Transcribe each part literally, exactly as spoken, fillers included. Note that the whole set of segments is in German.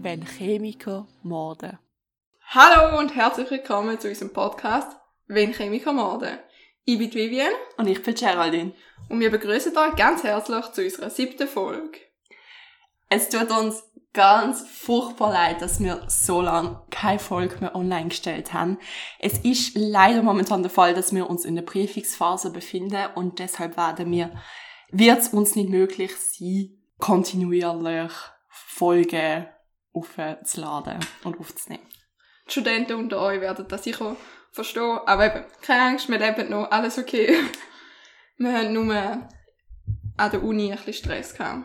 wenn Chemiker morden. Hallo und herzlich willkommen zu unserem Podcast «Wenn Chemiker morden». Ich bin Vivian. Und ich bin Geraldine. Und wir begrüßen euch ganz herzlich zu unserer siebten Folge. Es tut uns ganz furchtbar leid, dass wir so lange keine Folge mehr online gestellt haben. Es ist leider momentan der Fall, dass wir uns in der Prüfungsphase befinden und deshalb werden wir, wird es uns nicht möglich sein, kontinuierlich Folgen aufzuladen und aufzunehmen. Die Studenten unter euch werden das sicher verstehen, aber eben, keine Angst, wir leben noch, alles okay. Wir haben nur an der Uni ein bisschen Stress gehabt.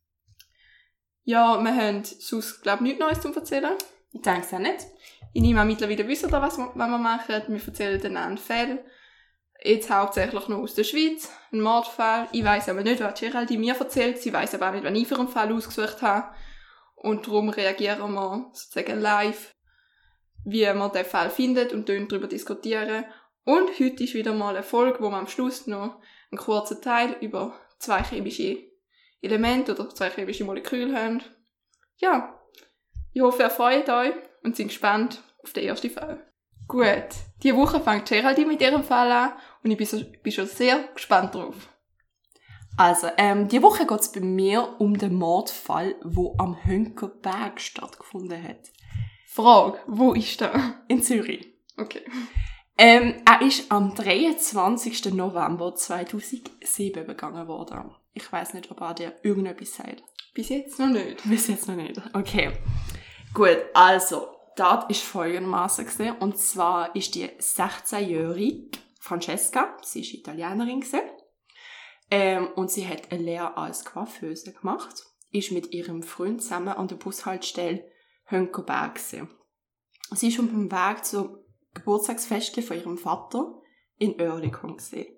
Ja, wir haben sonst, glaube ich, nichts Neues zu erzählen. Ich denke es auch nicht. Ich nehme auch mittlerweile wissen, was wir, was wir machen. Wir erzählen dann einen Fall. Jetzt hauptsächlich noch aus der Schweiz. Ein Mordfall. Ich weiss aber nicht, was Geraldine mir erzählt. Sie weiss aber auch nicht, was ich für einen Fall ausgesucht habe. Und darum reagieren wir sozusagen live, wie man den Fall findet und darüber diskutieren. Und heute ist wieder mal eine Folge, wo wir am Schluss noch einen kurzen Teil über zwei chemische Elemente oder zwei chemische Moleküle haben. Ja, ich hoffe, ihr freut euch und sind gespannt auf den ersten Fall. Gut, diese Woche fängt Geraldine mit ihrem Fall an und ich bin, so, bin schon sehr gespannt drauf. Also, ähm, diese Woche geht es bei mir um den Mordfall, der am Hönkerberg stattgefunden hat. Frage, wo ist der? In Zürich. Okay. Ähm, er ist am dreiundzwanzigsten November zweitausendsieben begangen worden. Ich weiss nicht, ob er dir irgendetwas sagt. Bis jetzt noch nicht. Bis jetzt noch nicht. Okay. Gut, also, das war folgendermaßen gewesen. Und zwar ist die sechzehnjährige Francesca, sie ist Italienerin gewesen, ähm, und sie hat eine Lehre als Coiffeuse gemacht, ist mit ihrem Freund zusammen an der Bushaltestelle Hönkerberg gewesen. Sie ist auf dem Weg zum Geburtstagsfest von ihrem Vater in Oerlikon gewesen.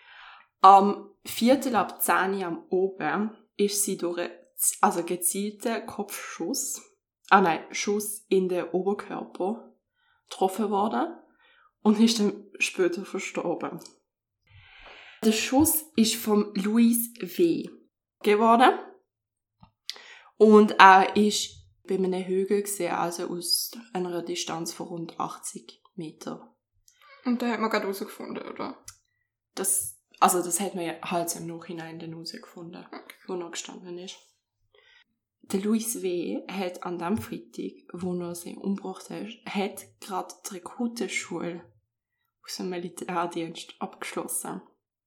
Am Viertel ab zehn am Oben ist sie durch einen also gezielten Kopfschuss, ah nein, Schuss in den Oberkörper getroffen worden und ist dann später verstorben. Der Schuss ist von Luis W. geworden und er ist bei einem Hügel gesehen, also aus einer Distanz von rund achtzig Meter. Und den hat man gerade herausgefunden, oder? Das Also das hat man ja halt im Nachhinein dann herausgefunden, okay, wo er gestanden ist. Der Luis W. hat an dem Freitag, wo er sich umgebracht hat, hat gerade die Rekrutenschule aus dem Militärdienst abgeschlossen.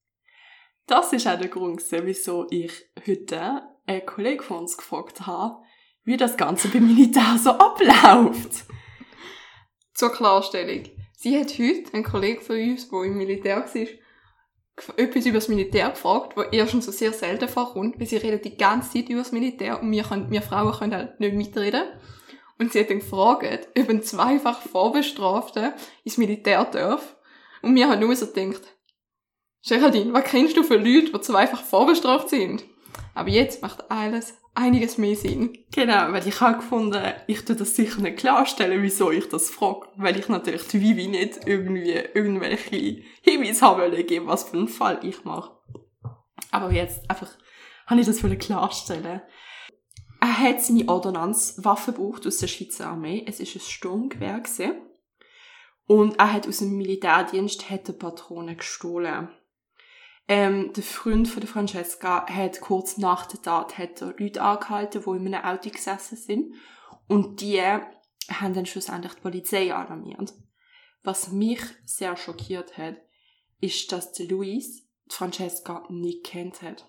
Das ist auch der Grund, wieso ich heute einen Kollegen von uns gefragt habe, wie das Ganze beim Militär so abläuft. Zur Klarstellung. Sie hat heute einen Kollegen von uns, der im Militär war, etwas über das Militär gefragt, was erstens so sehr selten vorkommt, weil sie reden die ganze Zeit über das Militär und wir, können, wir Frauen können halt nicht mitreden. Und sie hat dann gefragt, ob ein zweifach Vorbestrafter ins Militär darf. Und wir haben nur so gedacht, Geraldine, was kennst du für Leute, die zweifach vorbestraft sind? Aber jetzt macht alles einiges mehr Sinn. Genau, weil ich habe gefunden, ich tue das sicher nicht klarstellen, wieso ich das frage. Weil ich natürlich die Vivi nicht irgendwie irgendwelche Hinweise haben wollte geben, was für einen Fall ich mache. Aber jetzt einfach habe ich das klarstellen. Er hat seine Ordonnanzwaffe gebraucht aus der Schweizer Armee. Es war ein Sturmgewehr gewesen. Und er hat aus dem Militärdienst hat Patronen gestohlen. Ähm, der Freund von der Francesca hat kurz nach der Tat hat Leute angehalten, die in einem Auto gesessen sind. Und die haben dann schlussendlich die Polizei alarmiert. Was mich sehr schockiert hat, ist, dass der Luis die Francesca nicht kennt hat.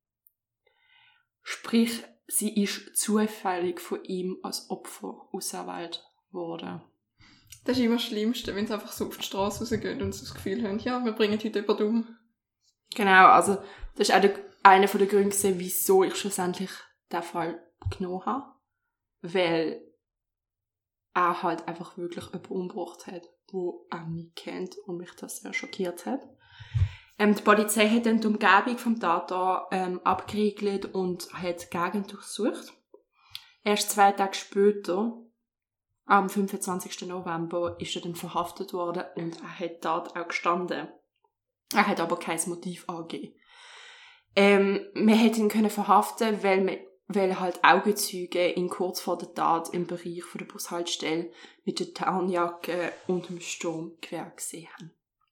Sprich, sie ist zufällig von ihm als Opfer auserwählt worden. Das ist immer das Schlimmste, wenn sie einfach so auf die Straße rausgehen und so das Gefühl haben, ja, wir bringen heute jemanden um. Genau, also das ist auch der, einer der Gründe, wieso ich schlussendlich den Fall genommen habe. Weil er halt einfach wirklich jemanden umgebracht hat, wo er nicht kennt und mich das sehr schockiert hat. Ähm, die Polizei hat dann die Umgebung vom Tatort ähm, abgeriegelt und hat die Gegend durchsucht. Erst zwei Tage später, am fünfundzwanzigsten November, ist er dann verhaftet worden und er hat dort auch gestanden. Er hat aber kein Motiv angegeben. Ähm, wir hätten ihn können verhaften, weil man weil halt Augenzeuge ihn kurz vor der Tat im Bereich von der Bushaltestelle mit der Tarnjacke und dem Sturmgewehr gesehen haben.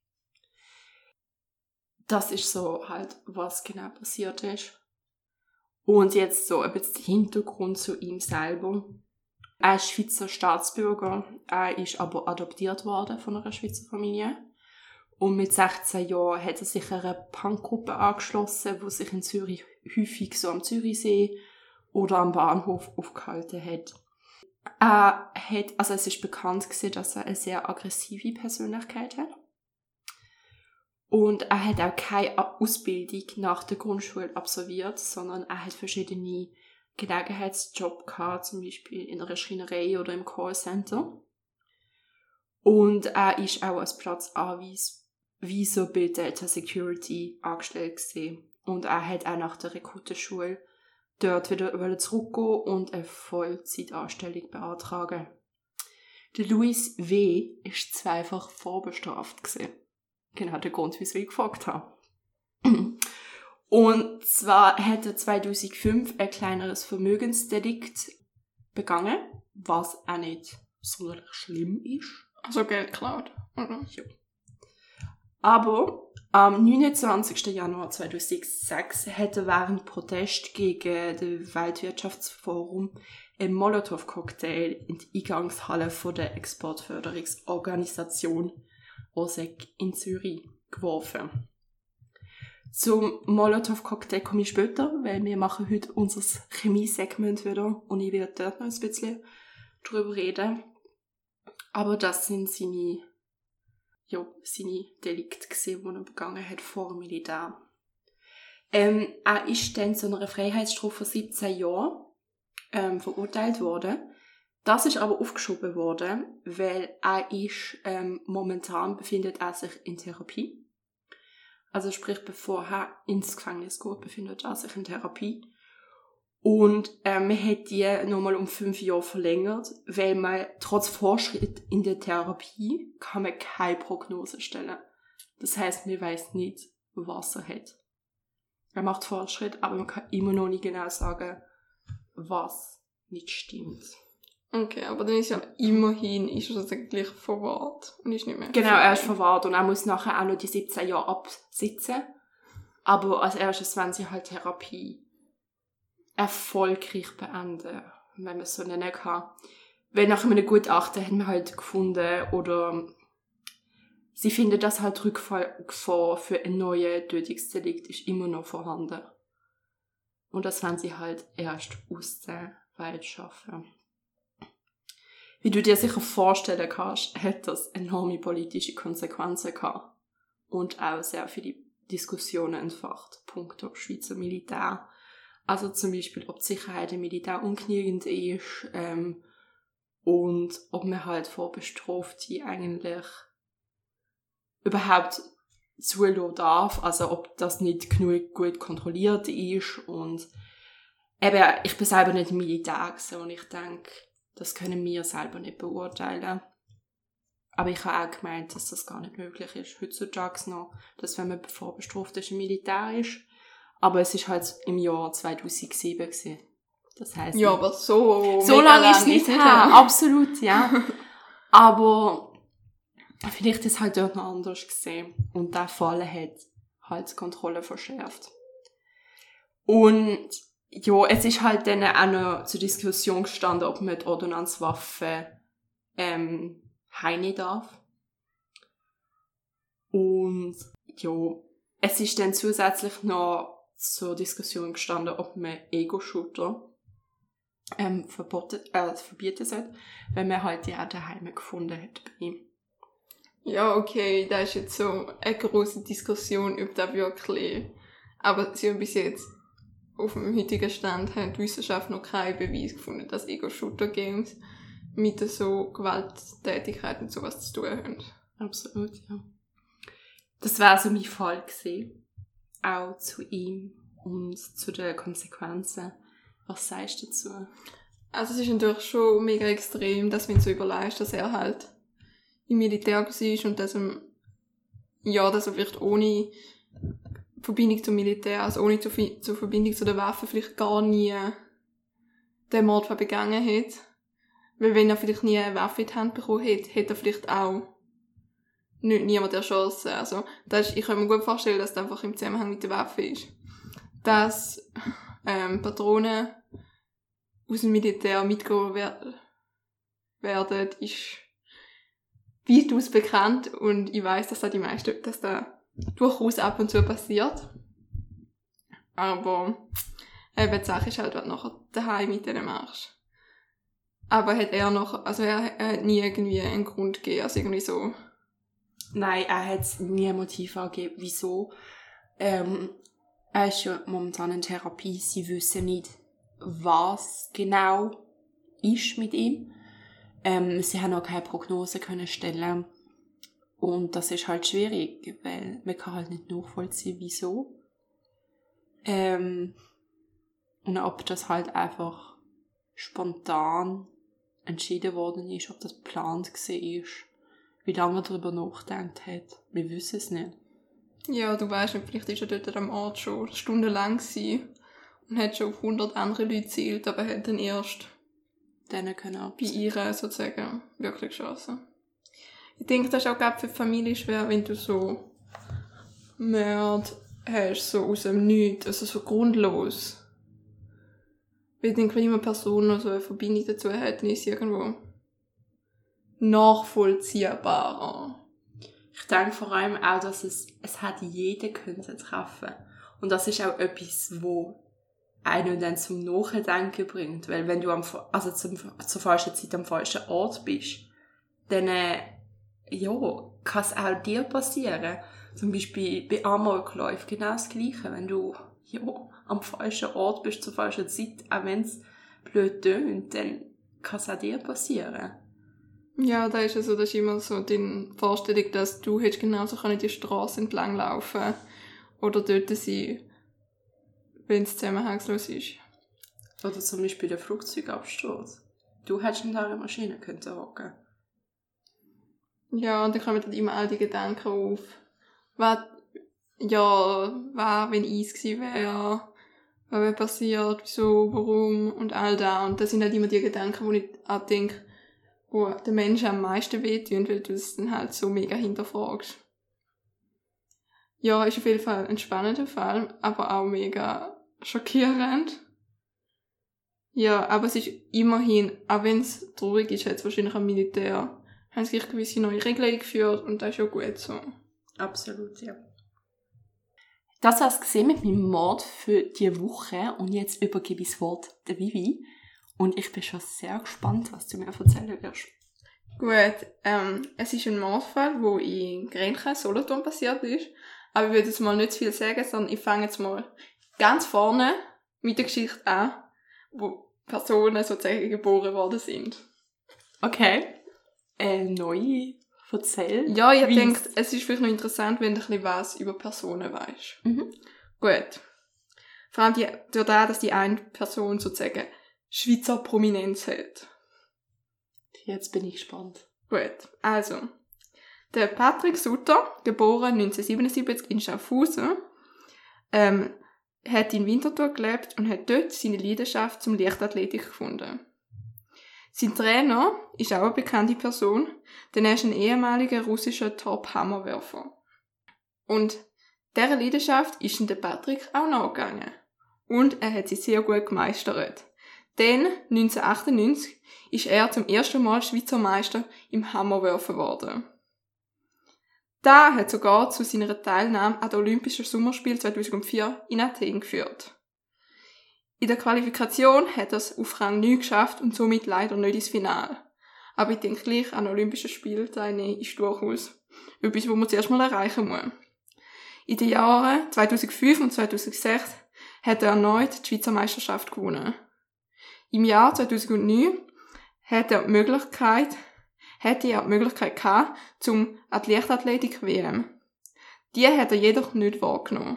Das ist so halt, was genau passiert ist. Und jetzt so ein bisschen der Hintergrund zu ihm selber. Er ist Schweizer Staatsbürger, er ist aber adoptiert worden von einer Schweizer Familie. Und mit sechzehn Jahren hat er sich einer Punkgruppe angeschlossen, die sich in Zürich häufig so am Zürichsee oder am Bahnhof aufgehalten hat. Er hat, also es ist bekannt gewesen, dass er eine sehr aggressive Persönlichkeit hat. Und er hat auch keine Ausbildung nach der Grundschule absolviert, sondern er hat verschiedene Gelegenheitsjobs gehabt, zum Beispiel in einer Schreinerei oder im Callcenter. Und er ist auch als Platzanweiser bei Delta Security angestellt gewesen. Und er hat auch nach der Rekrutenschule dort wieder zurückgehen und eine Vollzeitanstellung beantragen. Der Louis W. ist zweifach vorbestraft gewesen. Genau der Grund, wieso ich gefragt habe. Und zwar hat er zweitausendfünf ein kleineres Vermögensdelikt begangen, was auch nicht sonderlich schlimm ist. Also Geld geklaut, oder? Ja. Aber am neunundzwanzigsten Januar zweitausendsechs hat er während Protest gegen das Weltwirtschaftsforum einen Molotow-Cocktail in die Eingangshalle von der Exportförderungsorganisation O S E C in Zürich geworfen. Zum Molotow-Cocktail komme ich später, weil wir machen heute unser Chemie-Segment wieder und ich werde dort noch ein bisschen drüber reden. Aber das sind seine, ja, seine Delikte gewesen, die er begangen hat vor dem Militär. Ähm, er ist dann zu einer Freiheitsstrafe von siebzehn Jahren ähm, verurteilt worden. Das ist aber aufgeschoben worden, weil er ist, ähm, momentan befindet er sich in Therapie. Also sprich, bevor er ins Gefängnis geht, befindet er sich in Therapie. Und ähm, man hat die nochmal um fünf Jahre verlängert, weil man trotz Fortschritt in der Therapie kann man keine Prognose stellen. Das heisst, man weiss nicht, was er hat. Er macht Fortschritt, aber man kann immer noch nicht genau sagen, was nicht stimmt. Okay, aber dann ist ja immerhin ist er eigentlich verwahrt und ist nicht mehr. Genau, er ist verwahrt und er muss nachher auch noch die siebzehn Jahre absitzen. Aber als erstes wollen sie halt Therapie erfolgreich beenden, wenn man es so nennen kann. Weil nach einem Gutachten haben wir halt gefunden, oder sie finden, dass halt Rückfallgefahr für ein neues Tötungsdelikt ist immer noch vorhanden. Und das wollen sie halt erst aus der Welt schaffen. Wie du dir sicher vorstellen kannst, hat das enorme politische Konsequenzen gehabt. Und auch sehr viele Diskussionen entfacht, punkto Schweizer Militär. Also zum Beispiel, ob die Sicherheit im Militär ungenügend ist, ähm, und ob man halt vor Bestraften eigentlich überhaupt zulassen darf, also ob das nicht genug gut kontrolliert ist. Und eben, ich bin selber nicht im Militär gewesen und ich denke, das können wir selber nicht beurteilen. Aber ich habe auch gemeint, dass das gar nicht möglich ist, heutzutage noch, dass wenn man vorbestraft ist, im Militär ist. Aber es ist halt im Jahr zweitausendsieben gewesen. Das heisst, ja, aber so so lange ist es nicht her. Absolut, ja. Aber vielleicht ist es halt dort noch anders gesehen. Und der Fall hat halt die Kontrolle verschärft. Und ja, es ist halt dann auch noch zur Diskussion gestanden, ob man die Ordnanzwaffe ähm, heimnehmen darf. Und ja, es ist dann zusätzlich noch zur Diskussion gestanden, ob man Ego-Shooter ähm, verboten, äh, verbieten sollte, weil man halt die auch daheim gefunden hat bei ihm. Ja, okay, da ist jetzt so eine grosse Diskussion, ob das wirklich, aber sie haben bis jetzt auf dem heutigen Stand hat die Wissenschaft noch keinen Beweis gefunden, dass Ego-Shooter-Games mit so Gewalttätigkeiten und sowas zu tun haben. Absolut, ja. Das war so mein Fall gewesen. Auch zu ihm und zu den Konsequenzen. Was sagst du dazu? Also es ist natürlich schon mega extrem, dass wenn du so überlegst, dass er halt im Militär war und dass er, ja, dass er vielleicht ohne Verbindung zum Militär, also ohne zur, zur Verbindung zu der Waffe vielleicht gar nie den Mordfall begangen hat. Weil wenn er vielleicht nie eine Waffe in die Hand bekommen hätte, hätte er vielleicht auch nicht niemand erschossen. Also, das ist, ich kann mir gut vorstellen, dass das einfach im Zusammenhang mit der Waffe ist. Dass ähm, Patronen aus dem Militär mitgegeben wer- werden, ist weitaus bekannt und ich weiss, dass das die meisten, dass das durchaus ab und zu passiert. Aber eben die Sache ist halt, was du nachher daheim mit denen machst. Aber hat er noch, also er, er hat nie irgendwie einen Grund gegeben, also irgendwie so. Nein, er hat nie ein Motiv angegeben. Wieso? Ähm, er ist ja momentan in Therapie. Sie wissen nicht, was genau ist mit ihm. Ähm, sie haben auch keine Prognose können stellen. Und das ist halt schwierig, weil man kann halt nicht nachvollziehen, wieso. Ähm, und ob das halt einfach spontan entschieden worden ist, ob das geplant war, wie lange er darüber nachgedacht hat. Wir wissen es nicht. Ja, du weißt nicht, vielleicht ist er dort am Ort schon stundenlang gewesen und hat schon auf hundert andere Leute gezielt, aber hat dann erst Denen können bei ihr sozusagen wirklich geschossen. Ich denke, das ist auch gerade für die Familie schwer, wenn du so Mord hast, so aus dem Nichts, also so grundlos. Weil ich denke, wenn immer Person noch so eine Verbindung dazu hat, dann ist es irgendwo nachvollziehbarer. Ich denke vor allem auch, dass es, es hat jeden können treffen. Und das ist auch etwas, wo einen dann zum Nachdenken bringt. Weil wenn du am, also zum, zur falschen Zeit am falschen Ort bist, dann, äh, ja, kann es auch dir passieren. Zum Beispiel bei Amokläufen genau das Gleiche. Wenn du, ja, am falschen Ort bist, zur falschen Zeit, auch wenn es blöd tönt, dann kann es auch dir passieren. Ja, da ist also, das ist immer so die Vorstellung, dass du hättest genauso können die Straße entlang laufen oder dort sein, wenn es zusammenhangslos ist. Oder zum Beispiel der Flugzeugabsturz. Du hättest in der Maschine können hocken. Ja, und dann kommen dann immer all die Gedanken auf. Was, ja, was, wenn Eis gewesen wäre, was wäre passiert, wieso, warum und all das. Und das sind halt immer die Gedanken, wo ich auch denke, wo den Menschen am meisten wehtun, weil du es dann halt so mega hinterfragst. Ja, ist auf jeden Fall ein spannender Fall, aber auch mega schockierend. Ja, aber es ist immerhin, auch wenn es traurig ist, hat es wahrscheinlich am Militär, haben sich gewisse neue Regeln eingeführt und das ist ja gut so. Absolut, ja. Das war's gesehen mit meinem Mord für diese Woche und jetzt übergebe ich das Wort der Vivi. Und ich bin schon sehr gespannt, was du mir erzählen wirst. Gut, ähm, es ist ein Mordfall, der in Grenchen, Solothurn passiert ist. Aber ich würde jetzt mal nicht zu viel sagen, sondern ich fange jetzt mal ganz vorne mit der Geschichte an, wo Personen sozusagen geboren worden sind. Okay. Äh, neu erzählen? Ja, ich denke, es ist vielleicht noch interessant, wenn du ein bisschen was über Personen weisst. Mhm. Gut. Vor allem die, durch das, dass die eine Person sozusagen Schweizer Prominenz hat. Jetzt bin ich gespannt. Gut, also. Der Patrick Sutter, geboren neunzehnhundertsiebenundsiebzig in Schaffhausen, ähm, hat in Winterthur gelebt und hat dort seine Leidenschaft zum Leichtathletik gefunden. Sein Trainer ist auch eine bekannte Person, denn er ist ein ehemaliger russischer Top-Hammerwerfer. Und dieser Leidenschaft ist ihm der Patrick auch nachgegangen. Und er hat sie sehr gut gemeistert. Denn neunzehnhundertachtundneunzig ist er zum ersten Mal Schweizer Meister im Hammerwerfen geworden. Da hat sogar zu seiner Teilnahme an den Olympischen Sommerspielen zweitausendvier in Athen geführt. In der Qualifikation hat er es auf Rang neun geschafft und somit leider nicht ins Finale. Aber ich denke gleich, an Olympischen Spielen teilnehmen ist durchaus etwas, was man zuerst mal erreichen muss. In den Jahren zweitausendfünf und zweitausendsechs hat er erneut die Schweizer Meisterschaft gewonnen. Im Jahr zweitausendneun hat er die Möglichkeit, hätte er die Möglichkeit gehabt zum Leichtathletik-W M. Die hat er jedoch nicht wahrgenommen.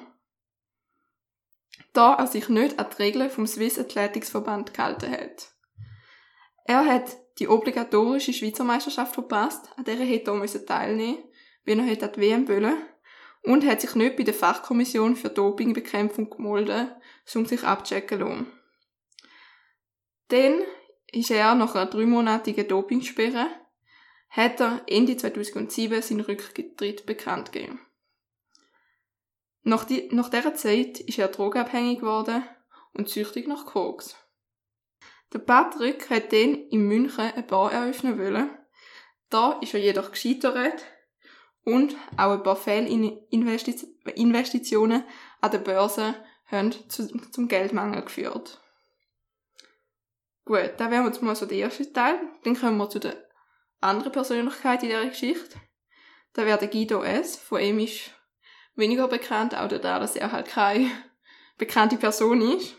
Da er sich nicht an die Regeln vom Swiss Athletics Verband gehalten hat. Er hat die obligatorische Schweizer Meisterschaft verpasst, an der er hätte er teilnehmen müssen, wenn er hätte an die W M wollen, und hat sich nicht bei der Fachkommission für Dopingbekämpfung gemeldet, um sich abchecken zu lassen. Dann ist er nach einer dreimonatigen Dopingsperre, hat er Ende zweitausendsieben seinen Rücktritt bekannt gegeben. Nach, die, nach dieser Zeit ist er drogenabhängig geworden und süchtig nach Koks. Der Patrick hat dann in München eine Bar eröffnen wollen. Da ist er jedoch gescheitert und auch ein paar Fehlinvestitionen an der Börse haben zu, zum Geldmangel geführt. Gut, dann wären wir jetzt mal so der erste Teil. Dann kommen wir zu der anderen Persönlichkeit in dieser Geschichte. Da wäre der Guido S. Von ihm ist weniger bekannt, auch dadurch, dass er halt keine bekannte Person ist.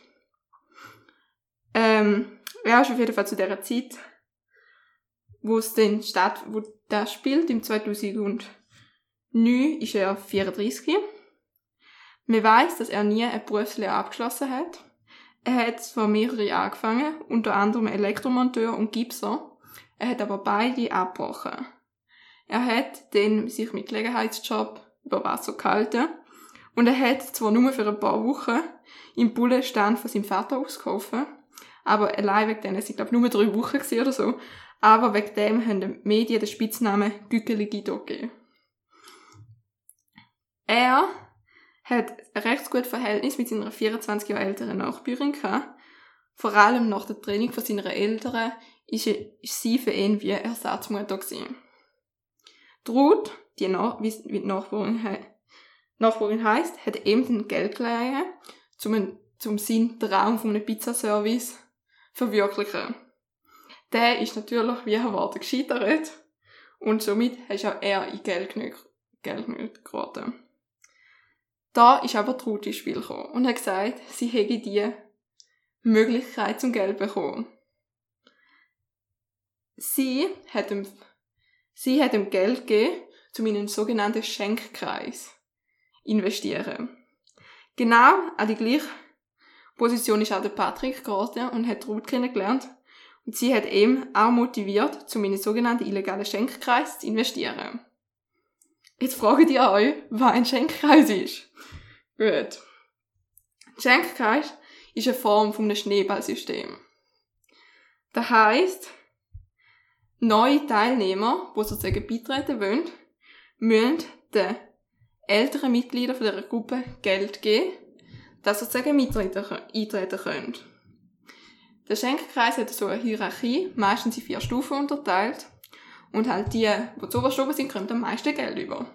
Ähm, er ist auf jeden Fall zu dieser Zeit, wo es dann statt, wo das spielt, im zweitausendneun, ist er vierunddreissig. Man weiss, dass er nie eine Berufslehre abgeschlossen hat. Er hat zwar mehrere angefangen, unter anderem Elektromonteur und Gipser. Er hat aber beide abgebrochen. Er hat dann sich mit Gelegenheitsjob über Wasser gehalten und er hat zwar nur für ein paar Wochen im Bullenstand von seinem Vater ausgeholfen, aber allein wegen denen, ich glaube nur drei Wochen gewesen oder so, aber wegen dem haben die Medien den Spitznamen Güggeli Guido gegeben. Er hat ein recht gutes Verhältnis mit seiner vierundzwanzig Jahre älteren Nachbarin gehabt. Vor allem nach der Trennung von seiner Eltern ist sie für ihn wie Ersatzmutter gewesen. Die Ruth, die, Nach- wie die Nachbarin, he- Nachbarin heisst, hat ihm dann Geld geliehen, um, um seinen Traum von einem Pizzaservice zu verwirklichen. Der ist natürlich wie erwartet gescheitert und somit ist auch er in Geldnöte geraten. Da ist aber die Ruth ins Spiel gekommen und hat gesagt, sie hätte die Möglichkeit zum Geld bekommen. Sie hat ihm, sie hat ihm Geld gegeben, um in einen sogenannten Schenkkreis investieren. Genau an die gleiche Position ist auch der Patrick geraten und hat Ruth kennengelernt. Und sie hat ihn auch motiviert, um in einen sogenannten illegalen Schenkkreis zu investieren. Jetzt fragt ihr euch, was ein Schenkkreis ist. Gut. Ein Schenkkreis ist eine Form von einem Schneeballsystem. Das heisst, neue Teilnehmer, die sozusagen beitreten wollen, müssen den älteren Mitgliedern dieser Gruppe Geld geben, dass sie sozusagen eintreten können. Der Schenkkreis hat so eine Hierarchie, meistens in vier Stufen unterteilt. Und halt die, die zu oberst oben sind, kommen am meisten Geld über.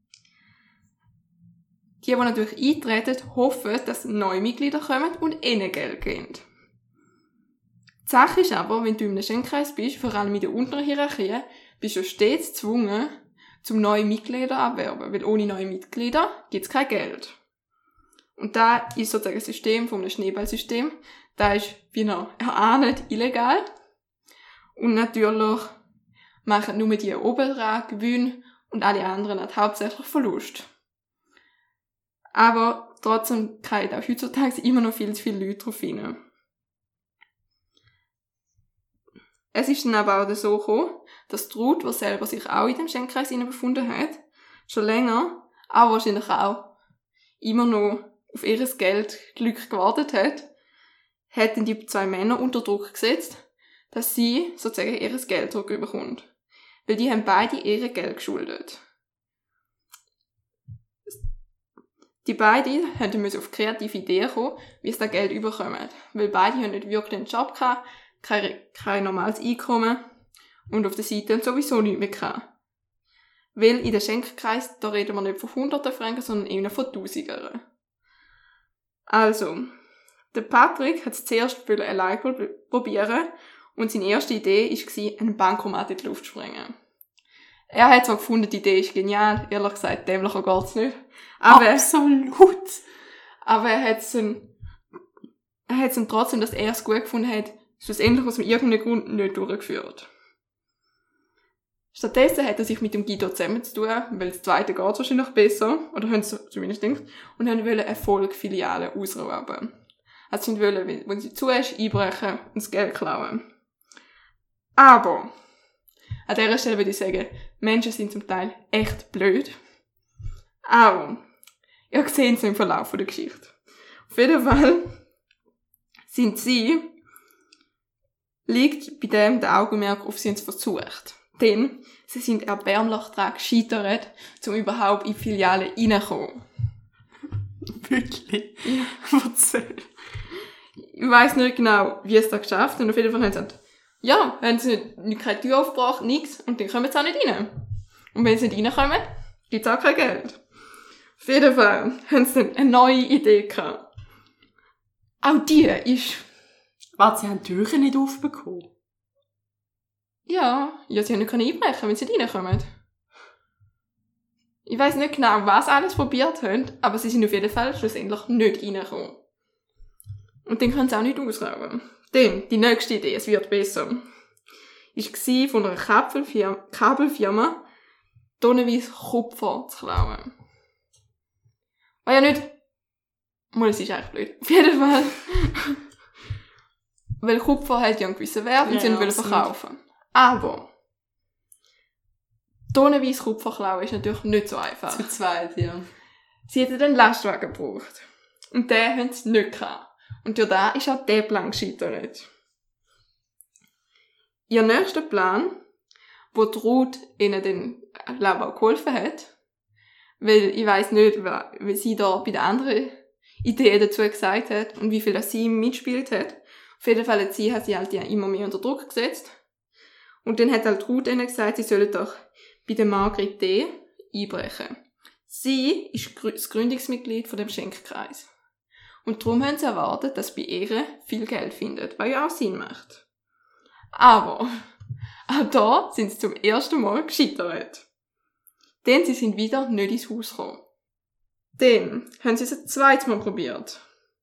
Die, die natürlich eintreten, hoffen, dass neue Mitglieder kommen und ihnen Geld geben. Die Sache ist aber, wenn du in einem Schenkkreis bist, vor allem in der unteren Hierarchie, bist du stets gezwungen, zum neue Mitglieder abwerben, weil ohne neue Mitglieder gibt es kein Geld. Und da ist sozusagen das System vom Schneeballsystem, da ist, wie ihr erahnt, illegal. Und natürlich machen nur die oben dran Gewinn und alle anderen hat hauptsächlich Verlust. Aber trotzdem kriegen auch heutzutage immer noch viel zu viele Leute drauf hin. Es ist dann aber auch so gekommen, dass die Ruth, die selber sich auch in dem Schenkkreis befunden hat, schon länger, aber wahrscheinlich auch immer noch auf ihr Geldglück gewartet hat, hätten die zwei Männer unter Druck gesetzt, dass sie sozusagen ihr Geld zurückbekommt. Weil die haben beide ihr Geld geschuldet. Die beiden mussten auf kreative Ideen kommen, wie sie das Geld überkommen. Weil beide haben nicht wirklich einen Job gehabt, kein, kein normales Einkommen und auf der Seite sowieso nichts mehr gehabt. Weil in den Schenkkreis, da reden wir nicht von hunderten Franken, sondern eher von Tausendern. Also, der Patrick hat es zuerst allein probieren und seine erste Idee war, einen Bankomat in die Luft zu sprengen. Er hat zwar gefunden, die Idee ist genial, ehrlich gesagt, dämlicher geht's nicht. Aber, Absolut! Aber er hat es dann, er hat es dann trotzdem, dass er es gut gefunden hat, schlussendlich aus irgendeinem Grund nicht durchgeführt. Stattdessen hat er sich mit dem Guido zusammenzutun, weil das zweite geht wahrscheinlich besser, oder haben sie zumindest gedacht, und haben wollen Erfolgfilialen ausrauben. Also sie wollen, wenn sie zu ist, einbrechen und das Geld klauen. Aber, an dieser Stelle würde ich sagen, Menschen sind zum Teil echt blöd. Aber, ihr seht es im Verlauf der Geschichte. Auf jeden Fall sind sie liegt bei dem der Augenmerk auf, sie haben es versucht. Denn sie sind erbärmlich daran gescheitert, um überhaupt in die Filiale reinzukommen. Wirklich? Ja. Erzähl. Ich weiss nicht genau, wie es da geschafft haben. Auf jeden Fall haben sie gesagt, ja, haben sie nicht, keine Tür aufgebracht, nichts, und dann kommen sie auch nicht rein. Und wenn sie nicht reinkommen, gibt es auch kein Geld. Auf jeden Fall haben sie dann eine neue Idee gehabt. Auch die ist... Warte, sie haben die Türen nicht aufbekommen? Ja, ja, sie haben nicht einbrechen, wenn sie nicht reinkommen. Ich weiss nicht genau, was alles probiert haben, aber sie sind auf jeden Fall schlussendlich nicht reingekommen. Und dann können sie auch nicht ausrauben. Denn die nächste Idee, es wird besser, war von einer Kabelfirma, Kabelfirma tonnenweise Kupfer zu klauen. War ja nicht... Mal, es ist eigentlich blöd. Auf jeden Fall. Weil Kupfer hat ja einen gewissen Wert und Ja, sie wollen verkaufen. Aber tonnenweise Kupfer klauen ist natürlich nicht so einfach. Zu zweit, ja. Sie hätten einen Lastwagen gebraucht. Und den haben sie nicht gehabt. Und durch das ist auch der Plan gescheitert. Ihr nächster Plan, wo die Ruth ihnen dann, glaube ich, auch geholfen hat, weil ich weiss nicht, wie sie da bei den anderen Ideen dazu gesagt hat und wie viel das sie mitgespielt hat. Auf jeden Fall hat sie, hat sie halt ja immer mehr unter Druck gesetzt. Und dann hat halt Ruth ihnen gesagt, sie sollen doch bei der Margrit D. einbrechen. Sie ist das Gründungsmitglied von dem Schenkkreis. Und darum haben sie erwartet, dass bei ihr viel Geld findet, was ja auch Sinn macht. Aber auch da sind sie zum ersten Mal gescheitert. Denn sie sind wieder nicht ins Haus gekommen. Dann haben sie es ein zweites Mal probiert.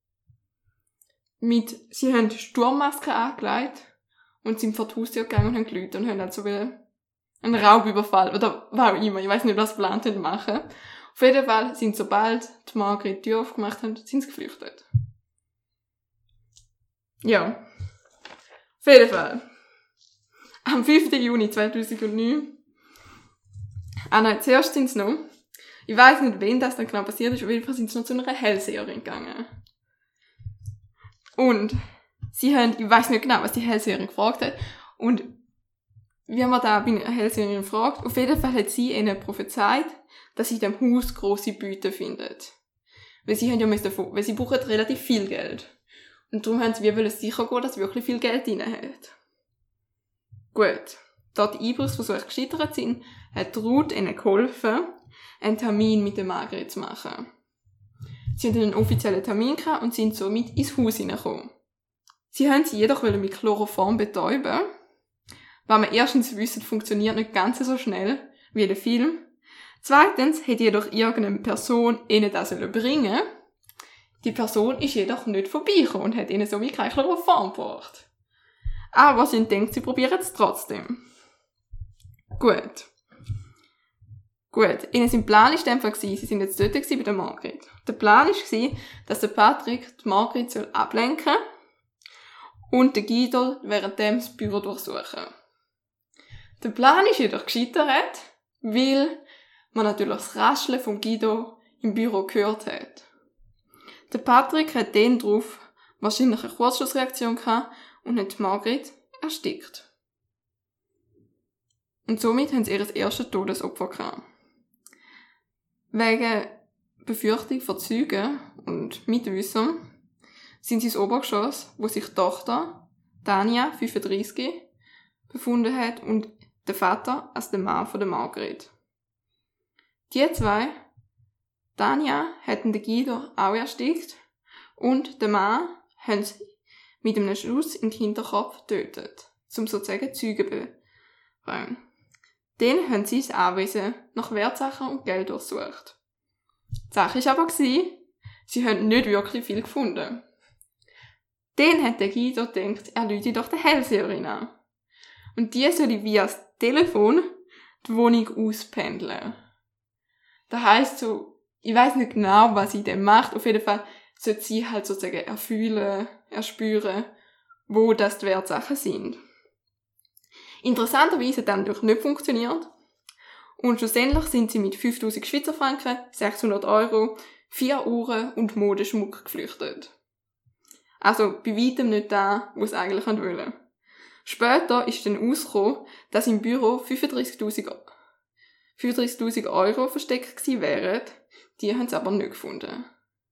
Mit, sie haben Sturmmasken angelegt und sind vor die Haustür gegangen und haben geläutet und haben halt so einen Raubüberfall oder was auch immer, ich weiss nicht, was sie geplant haben machen. Auf jeden Fall sind, sobald die Margrit die Tür aufgemacht hat, sind sie geflüchtet. Ja. Auf jeden Fall. Am fünften Juni zweitausendneun. Ah nein, zuerst sind sie noch, ich weiss nicht, wen das dann genau passiert ist, auf jeden Fall sind sie noch zu einer Hellseherin gegangen. Und sie haben, ich weiss nicht genau, was die Hellseherin gefragt hat, und wie man da bei einer Hellseherin fragt, auf jeden Fall hat sie ihnen prophezeit, dass sie in dem Haus grosse Beute findet. Weil sie haben ja müssen, weil sie brauchen relativ viel Geld. Und darum haben sie wie wollen sicher gehen, dass wirklich viel Geld drin hat. Gut. Da die Einbruchsversuche gescheitert sind, hat Ruth ihnen geholfen, einen Termin mit der Margrit zu machen. Sie hatten einen offiziellen Termin gehabt und sind somit ins Haus hineingekommen. Sie haben sie jedoch mit Chloroform betäuben, weil man erstens wissen, funktioniert nicht ganz so schnell wie der Film. Zweitens hätte jedoch irgendeine Person ihnen das bringen. Die Person ist jedoch nicht vorbeigekommen und hat ihnen somit keine Chloroform gebracht. Aber sie denkt, sie probieren es trotzdem. Gut. Gut. Ihnen sein Plan war einfach, sie sind jetzt dort bei der Margrit. Der Plan war, dass der Patrick die Margrit ablenken soll und der Guido währenddem das Büro durchsuchen. Der Plan ist jedoch gescheitert, weil man natürlich das Rascheln von Guido im Büro gehört hat. Der Patrick hat den drauf wahrscheinlich eine Kurzschlussreaktion gehabt und hat Margrit erstickt. Und somit haben sie ihr erstes Todesopfer gehabt. Wegen Befürchtung von Zeugen und Mitwissern sind sie ins Obergeschoss, wo sich die Tochter, Tanja, fünfunddreissig, befunden hat und der Vater als der Mann von der Margrit. Die zwei, Tanja, hätten den Guido auch erstickt und der Mann haben sie mit einem Schuss in den Hinterkopf getötet, um sozusagen Zeugen zu befragen. Dann haben sie das Anwesen nach Wertsachen und Geld durchsucht. Die Sache war aber, sie haben nicht wirklich viel gefunden. Dann hat der Guido gedacht, er rufe doch die Hellseherin an. Und die soll via das Telefon die Wohnung auspendeln. Das heisst so, ich weiss nicht genau, was sie denn macht, auf jeden Fall sollte sie halt sozusagen erfühlen, erspüren, wo das die Wertsachen sind. Interessanterweise hat das natürlich nicht funktioniert. Und schlussendlich sind sie mit fünftausend Schweizer Franken, sechshundert Euro, vier Uhren und Modeschmuck geflüchtet. Also bei weitem nicht da, wo sie eigentlich wollen. Später ist dann herausgekommen, dass im Büro fünfunddreissigtausend Euro versteckt gewesen wären. Die haben sie aber nicht gefunden.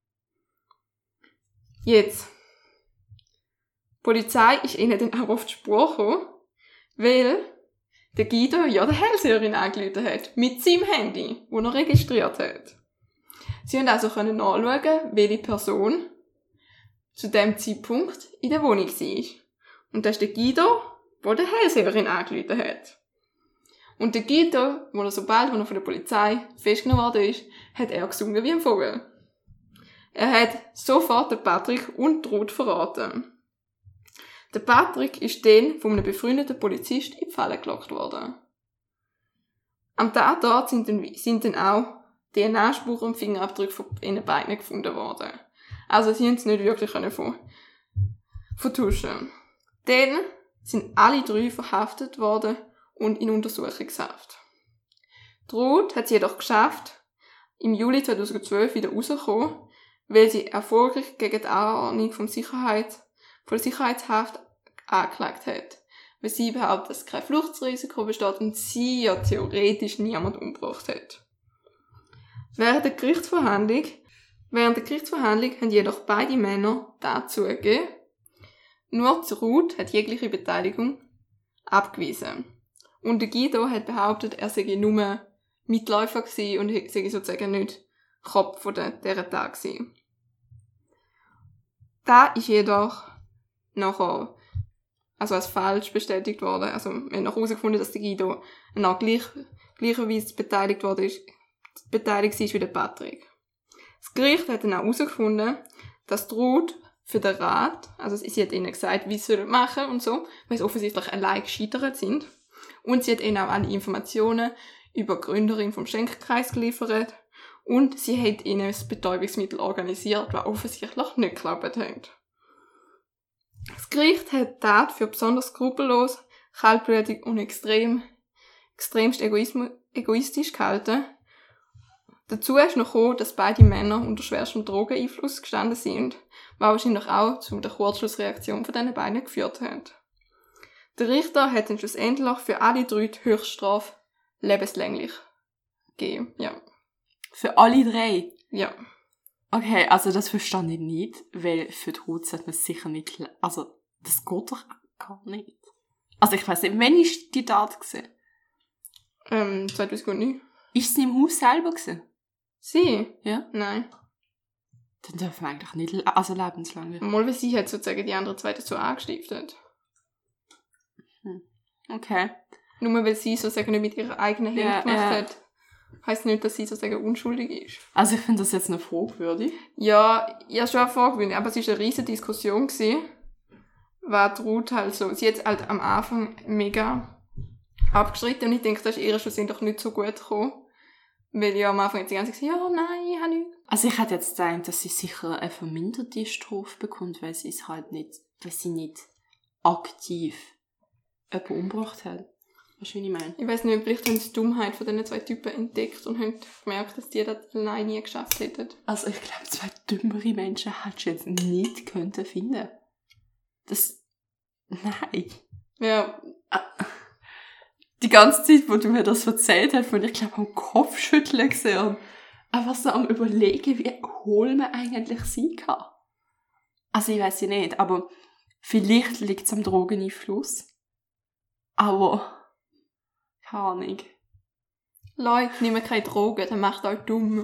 Jetzt. Die Polizei ist ihnen dann auch auf die Spur gekommen, weil der Guido ja der Hellseherin angerufen hat. Mit seinem Handy, das er registriert hat. Sie konnten also nachschauen, welche Person zu dem Zeitpunkt in der Wohnung war. Und das ist der Guido, der der Hellseherin angerufen hat. Und der Guido, wo er sobald er von der Polizei festgenommen worden ist, hat er gesungen wie ein Vogel. Er hat sofort den Patrick und die Ruth verraten. Der Patrick ist dann von einem befreundeten Polizist in die Falle gelockt worden. Am Tatort sind dann, sind dann auch D N A-Spuren und Fingerabdrücke von ihren beiden gefunden worden. Also sie haben es nicht wirklich von, vertuschen. Dann sind alle drei verhaftet worden und in Untersuchungshaft. Die Ruth hat es jedoch geschafft, im Juli zweitausendzwölf wieder rauszukommen, weil sie erfolgreich gegen die Anordnung vom Sicherheit, von der Sicherheitshaft angeklagt hat. Weil sie behauptet, dass kein Fluchtrisiko besteht und sie ja theoretisch niemand umgebracht hat. Während der Gerichtsverhandlung, während der Gerichtsverhandlung haben jedoch beide Männer dazu gegeben. Nur die Ruth hat jegliche Beteiligung abgewiesen. Und der Guido hat behauptet, er sei nur Mitläufer gewesen und sei sozusagen nicht Kopf von dieser Tat gewesen. Da ist jedoch nachher, also als falsch bestätigt worden. Also, wir haben noch herausgefunden, dass der Guido noch gleich, gleicherweise beteiligt worden ist, beteiligt ist wie der Patrick. Das Gericht hat dann auch herausgefunden, dass die Ruth für den Rat, also sie hat ihnen gesagt, wie sie machen und so, weil sie offensichtlich allein gescheitert sind. Und sie hat ihnen auch alle Informationen über die Gründerin vom Schenkkreis geliefert. Und sie hat ihnen das Betäubungsmittel organisiert, was offensichtlich nicht geklappt hat. Das Gericht hat die Tat für besonders skrupellos, kaltblütig und extrem, extremst egoistisch gehalten. Dazu ist noch gekommen, dass beide Männer unter schwerstem Drogeneinfluss gestanden sind, was wahrscheinlich auch zu der Kurzschlussreaktion von diesen beiden geführt hat. Der Richter hat dann schlussendlich für alle drei die Höchststrafe lebenslänglich gegeben. Ja. Für alle drei? Ja. Okay, also das verstand ich nicht, weil für die Ruth sollte man sicher nicht, also das geht doch gar nicht. Also ich weiss nicht, wann ist die Tat gewesen? Ähm, zweitausendneun. Ist sie im Haus selber gewesen? Sie? Ja? Nein. Dann dürfen wir eigentlich nicht, also lebenslang werden. Mal, weil sie hat sozusagen die anderen zwei dazu angestiftet. Hm. Okay. Nur weil sie sozusagen nicht mit ihrer eigenen Hand ja, gemacht ja. hat, heisst nicht, dass sie sozusagen unschuldig ist. Also ich finde das jetzt noch fragwürdig. Ja, ja schon fragwürdig, aber es war eine riesige Diskussion gewesen, weil die Ruth halt so, sie hat halt am Anfang mega abgestritten und ich denke, das ist ihr schlussendlich nicht so gut gekommen. Weil ja am Anfang hat sie ganz gesagt, ja, nein, ich habe nichts. Also ich hätte jetzt gedacht, dass sie sicher eine verminderte Strafe bekommt, weil sie es halt nicht, weil sie nicht aktiv jemanden umgebracht hat. Weißt du, wie ich meine? Ich weiss nicht, vielleicht haben sie die Dummheit von diesen zwei Typen entdeckt und haben gemerkt, dass die das allein nie geschafft hätten. Also ich glaube, zwei dümmere Menschen hättest du jetzt nicht könnten finden. Das... Nein. Ja. Die ganze Zeit, wo du mir das erzählt hast, bin ich glaube am Kopfschütteln gesehen und einfach so am Überlegen, wie hohl man eigentlich sein kann. Also ich weiss ja nicht, aber vielleicht liegt es am Drogeneinfluss. Aber... keine Ahnung. Leute, nehmen keine Drogen, dann macht euch dumm.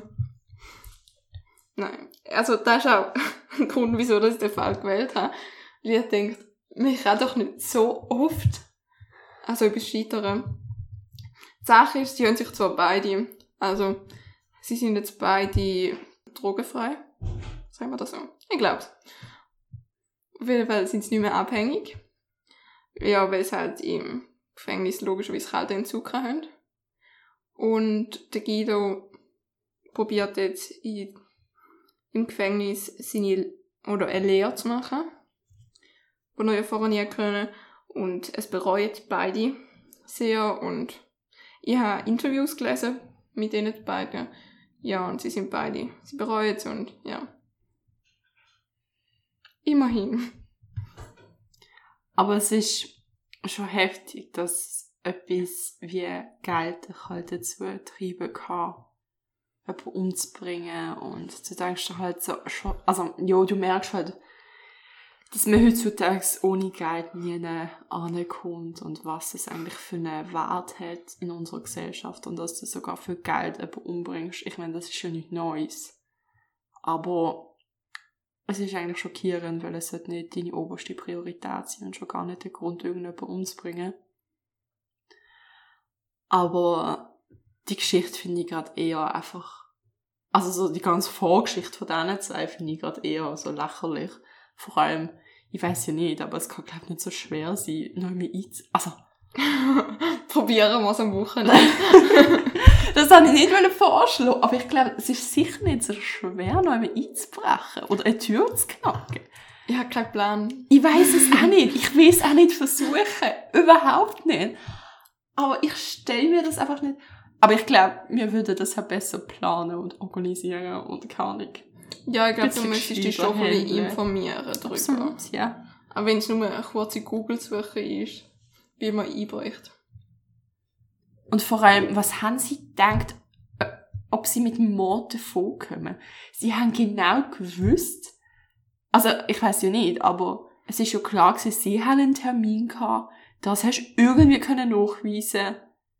Nein. Also, das ist auch ein Grund, wieso ich den Fall gewählt habe. Weil ich denke, man kann doch nicht so oft also etwas scheitern. Die Sache ist, sie haben sich zwar beide, also, sie sind jetzt beide drogenfrei. Sagen wir das so? Ich glaub's. Auf jeden Fall sind sie nicht mehr abhängig. Ja, weil sie halt im Gefängnis logischerweise kalten Entzug haben. Und der Guido probiert jetzt in, im Gefängnis seine, oder eine Lehre zu machen, die er ja vorher nie können. Und es bereut beide sehr. Und ich habe Interviews gelesen mit diesen beiden. Ja, und sie sind beide, sie bereuen es und ja. Immerhin. Aber es ist schon heftig, dass etwas wie Geld dich halt dazu treiben kann, jemanden umzubringen. Und du denkst dir halt so, schon, also, ja, du merkst halt, dass man heutzutage ohne Geld nie ankommt und was es eigentlich für einen Wert hat in unserer Gesellschaft und dass du sogar für Geld jemanden umbringst. Ich meine, das ist ja nichts Neues. Aber es ist eigentlich schockierend, weil es sollte nicht deine oberste Priorität sein und schon gar nicht der Grund, irgendjemanden umzubringen. Aber die Geschichte finde ich gerade eher einfach, also so die ganze Vorgeschichte von diesen zwei finde ich gerade eher so lächerlich. Vor allem, ich weiss ja nicht, aber es kann, glaube ich, nicht so schwer sein, noch mehr einzu... Also... Probieren wir es am Wochenende. Das wollte ich nicht vorschlagen, aber ich glaube, es ist sicher nicht so schwer, noch einmal einzubrechen oder eine Tür zu knacken. Ich habe keinen Plan. Ich weiss es auch nicht. Ich will es auch nicht versuchen. Überhaupt nicht. Aber ich stelle mir das einfach nicht... Aber ich glaube, wir würden das halt besser planen und organisieren und keine Ahnung. Ja, ich glaube, du müsstest dich schon ein bisschen informieren darüber. Absolut, ja. Aber wenn es nur eine kurze Google-Suche ist, wie man einbricht. Und vor allem, was haben sie gedacht, ob sie mit dem Mord davonkommen? Sie haben genau gewusst, also ich weiss ja nicht, aber es ist ja klar gewesen, sie haben einen Termin gehabt, das hast du irgendwie können nachweisen.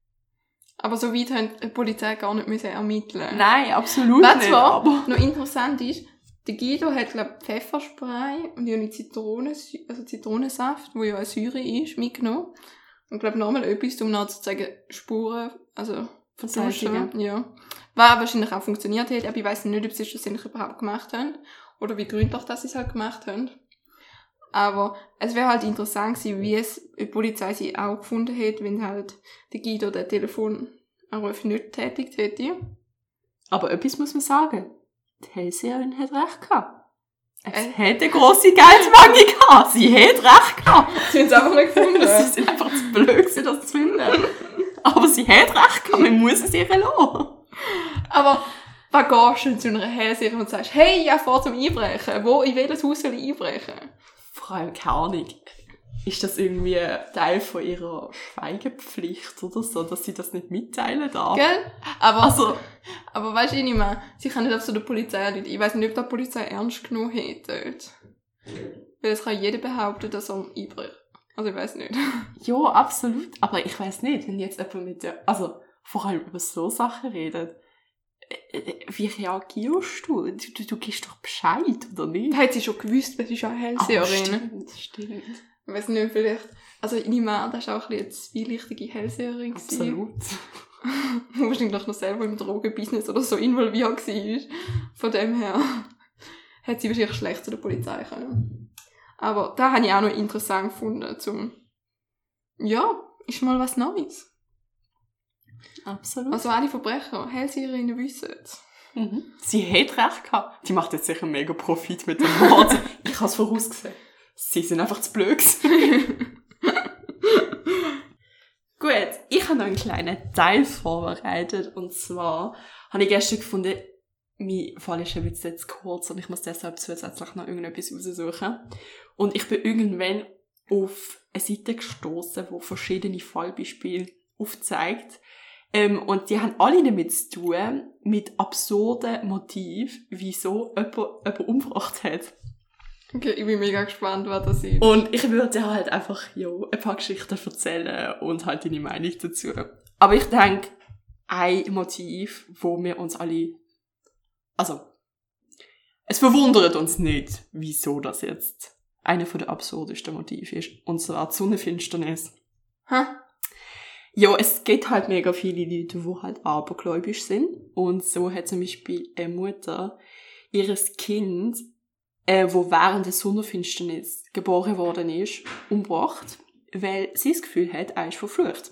Aber so weit haben die Polizei gar nicht müssen ermitteln. Nein, absolut Was nicht. zwar Aber noch interessant ist, der Guido hat, glaube ich, Pfefferspray und ja Zitronen, also Zitronensaft, wo ja eine Säure ist, mitgenommen. Und glaube nochmal etwas, um noch zu zeigen, Spuren, also vertuschen. Ja. Was wahrscheinlich auch funktioniert hat, aber ich weiss nicht, ob sie es schlussendlich überhaupt gemacht haben. Oder wie gründlich dass sie es halt gemacht haben. Aber es wäre halt interessant gewesen, wie es die Polizei sie auch gefunden hat, wenn halt der Guido den Telefonanruf nicht tätigt hätte. Aber etwas muss man sagen. Die Hellseherin hat recht gehabt. Es äh. hat eine grosse Geldmenge gehabt. Sie hat recht gehabt. Sie haben es einfach nicht gefunden. Sie sind einfach zu blöd gewesen, das zu finden. Aber sie hat recht gehabt. Man muss es ihr lassen. Aber was gehst du zu einer Hellseherin und sagst, hey, ich habe vor zum Einbrechen. Wo, in welches Haus soll ich einbrechen? Vor allem keine Ahnung. Ist das irgendwie Teil von ihrer Schweigepflicht oder so, dass sie das nicht mitteilen darf? Gell? Aber, Also, aber weißt du, ich nicht mehr, sie kann nicht auf so der Polizei reden. Ich weiss nicht, ob die Polizei ernst genug hat dort. Weil es kann jeder behaupten, dass er einbricht. Also ich weiss nicht. ja, absolut. Aber ich weiss nicht, wenn jetzt jemand mit der, also vor allem über so Sachen redet, wie reagierst du? Du, du, du gibst doch Bescheid, oder nicht? Da hat sie schon gewusst, weil sie ist schon eine Hellseherin. Oh, stimmt, stimmt. Ich weiss nicht, vielleicht, also ich nehme an, das war auch ein bisschen eine zwielichtige Hellseherin. Absolut. Wahrscheinlich noch selber im Drogenbusiness oder so involviert war. Von dem her hat sie wahrscheinlich schlecht zu der Polizei können. Aber da habe ich auch noch interessant gefunden, zum, ja, ist mal was Neues. Absolut. Also alle Verbrecher, Hellseherinnen wissen es. Mhm. Sie hat recht gehabt. Die macht jetzt sicher mega Profit mit dem Mord. Ich habe es vorausgesehen. Sie sind einfach zu blöd. Gut, ich habe noch einen kleinen Teil vorbereitet. Und zwar habe ich gestern gefunden, mein Fall ist ein bisschen jetzt kurz und ich muss deshalb zusätzlich noch irgendetwas raussuchen. Und ich bin irgendwann auf eine Seite gestossen, die verschiedene Fallbeispiele aufzeigt. Ähm, und die haben alle damit zu tun, mit absurden Motiven, wieso jemand jemanden umgebracht hat. Okay, ich bin mega gespannt, was das ist. Und ich würde dir halt einfach, ja, ein paar Geschichten erzählen und halt deine Meinung dazu. Aber ich denke, ein Motiv, wo wir uns alle, also, es verwundert uns nicht, wieso das jetzt einer der absurdesten Motive ist. Und zwar die Sonnenfinsternis. Hä? Ja, es gibt halt mega viele Leute, die halt abergläubisch sind. Und so hat zum Beispiel eine Mutter ihres Kind, äh, wo während der Sonnenfinsternis geboren worden ist, umgebracht, weil sie das Gefühl hat, er ist verflucht.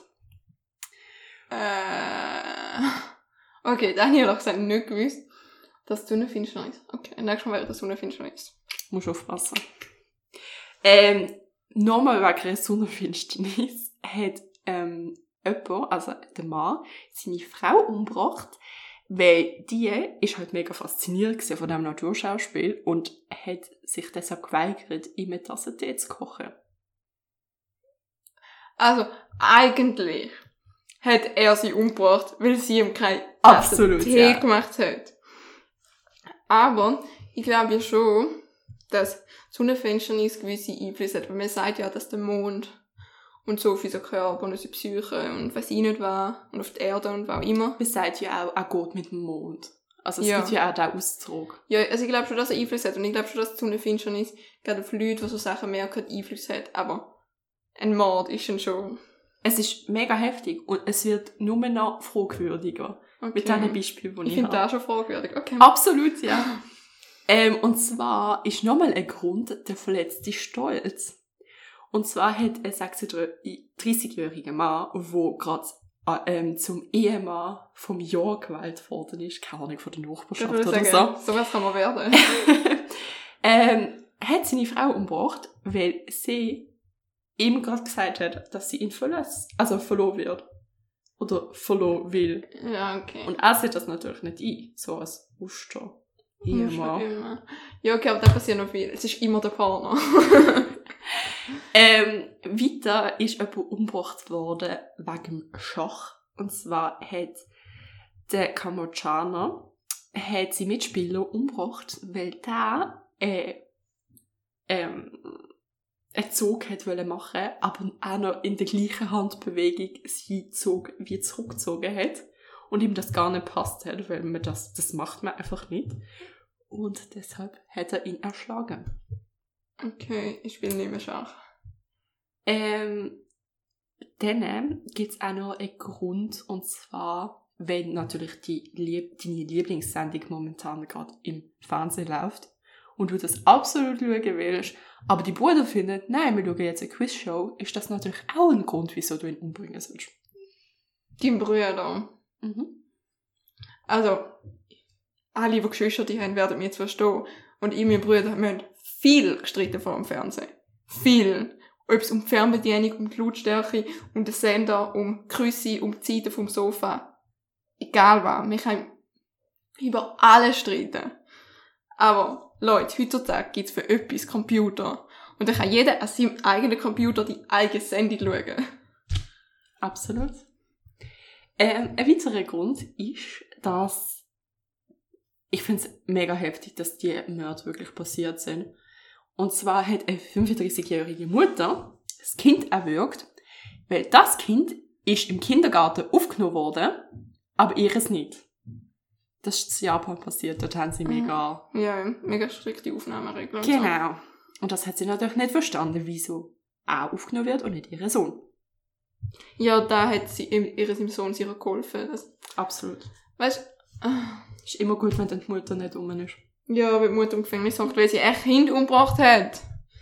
Äh, okay, dann habe ich ehrlich gesagt nicht gewusst, dass die Sonnenfinsternis ist. Okay, nächstes Mal wäre das Sonnenfinsternis. Musst aufpassen. Ähm, nochmal wegen der Sonnenfinsternis hat, ähm, jemand, also der Mann, seine Frau umgebracht, weil die ist halt mega fasziniert von diesem Naturschauspiel und hat sich deshalb geweigert, ihm eine Tasse Tee zu kochen. Also, eigentlich hat er sie umgebracht, weil sie ihm kein Absolut, Tee ja. gemacht hat. Aber ich glaube ja schon, dass Sonnenfinsternis gewisse Einflüsse hat. Weil man sagt ja, dass der Mond und so auf unseren Körper und unsere Psyche und was ich nicht war und auf die Erde und was auch immer. Man sagt ja auch, er geht mit dem Mond. Also es Ja. gibt ja auch den Ausdruck. Ja, also ich glaube schon, dass er Einfluss hat. Und ich glaube schon, dass die Sonnenfinsternis gerade auf Leute, die so Sachen merken, Einfluss hat. Aber ein Mord ist dann schon... Es ist mega heftig und es wird nur noch fragwürdiger. Okay. Mit diesen Beispielen, die ich, Ich finde habe. das schon fragwürdig. Okay. Absolut, ja. ähm, und zwar ist nochmal ein Grund der verletzte Stolz. Und zwar hat ein sechsunddreißigjähriger Mann, der gerade ähm, zum Ehemann vom Jahr gewählt worden ist, keine Ahnung, von der Ich Nachbarschaft würde oder sagen, so, so was kann man werden. ähm, hat seine Frau umgebracht, weil sie ihm gerade gesagt hat, dass sie ihn verlässt, also verloren wird. Oder verloren will. Ja, okay. Und er sieht das natürlich nicht ein, so als Muster. Ehemann. Immer. Ja, okay, aber da passiert noch viel. Es ist immer der Partner. ähm, weiter ist jemand umgebracht worden wegen Schach. Und zwar hat der Kambodschaner hat sie Mitspieler umgebracht, weil der äh, ähm, einen Zug hat wollen machen, aber auch noch in der gleichen Handbewegung seinen Zug wie zurückgezogen hat und ihm das gar nicht passt hat, weil man das, das macht man einfach nicht. Und deshalb hat er ihn erschlagen. Okay, ich spiele nicht mehr Schach. Ähm, dann gibt es auch noch einen Grund, und zwar, wenn natürlich die Lieb- deine Lieblingssendung momentan gerade im Fernsehen läuft und du das absolut schauen willst, aber die Brüder finden, nein, wir schauen jetzt eine Quizshow, ist das natürlich auch ein Grund, wieso du ihn umbringen sollst. Dein Brüder. Mhm. Also, alle, die Geschwister die haben, werden mich jetzt verstehen. Und ich und meine Brüder haben viel gestritten vor dem Fernsehen. Viel. Ob es um die Fernbedienung, um die Lautstärke, um den Sender, um die Küsse, um die Zeiten vom Sofa. Egal was. Wir können über alles streiten. Aber, Leute, heutzutage gibt es für etwas Computer. Und dann kann jeder an seinem eigenen Computer die eigene Sendung schauen. Absolut. Ähm, ein weiterer Grund ist, dass ich finde es mega heftig, dass die Morde wirklich passiert sind. Und zwar hat eine fünfunddreißigjährige Mutter das Kind erwürgt, weil das Kind ist im Kindergarten aufgenommen worden, aber ihres nicht. Das ist in Japan passiert, dort haben sie mega... Ja, mega strikte Aufnahmeregeln. und Genau. Und das hat sie natürlich nicht verstanden, wieso er aufgenommen wird und nicht ihr Sohn. So. Ja, da hat sie ihm- ihrem Sohn sicher geholfen. Das, Absolut. weißt du, Ist immer gut, wenn dann die Mutter nicht rum ist. ja, weil die Mutter im Gefängnis hockt, weil sie ein Kind umgebracht hat.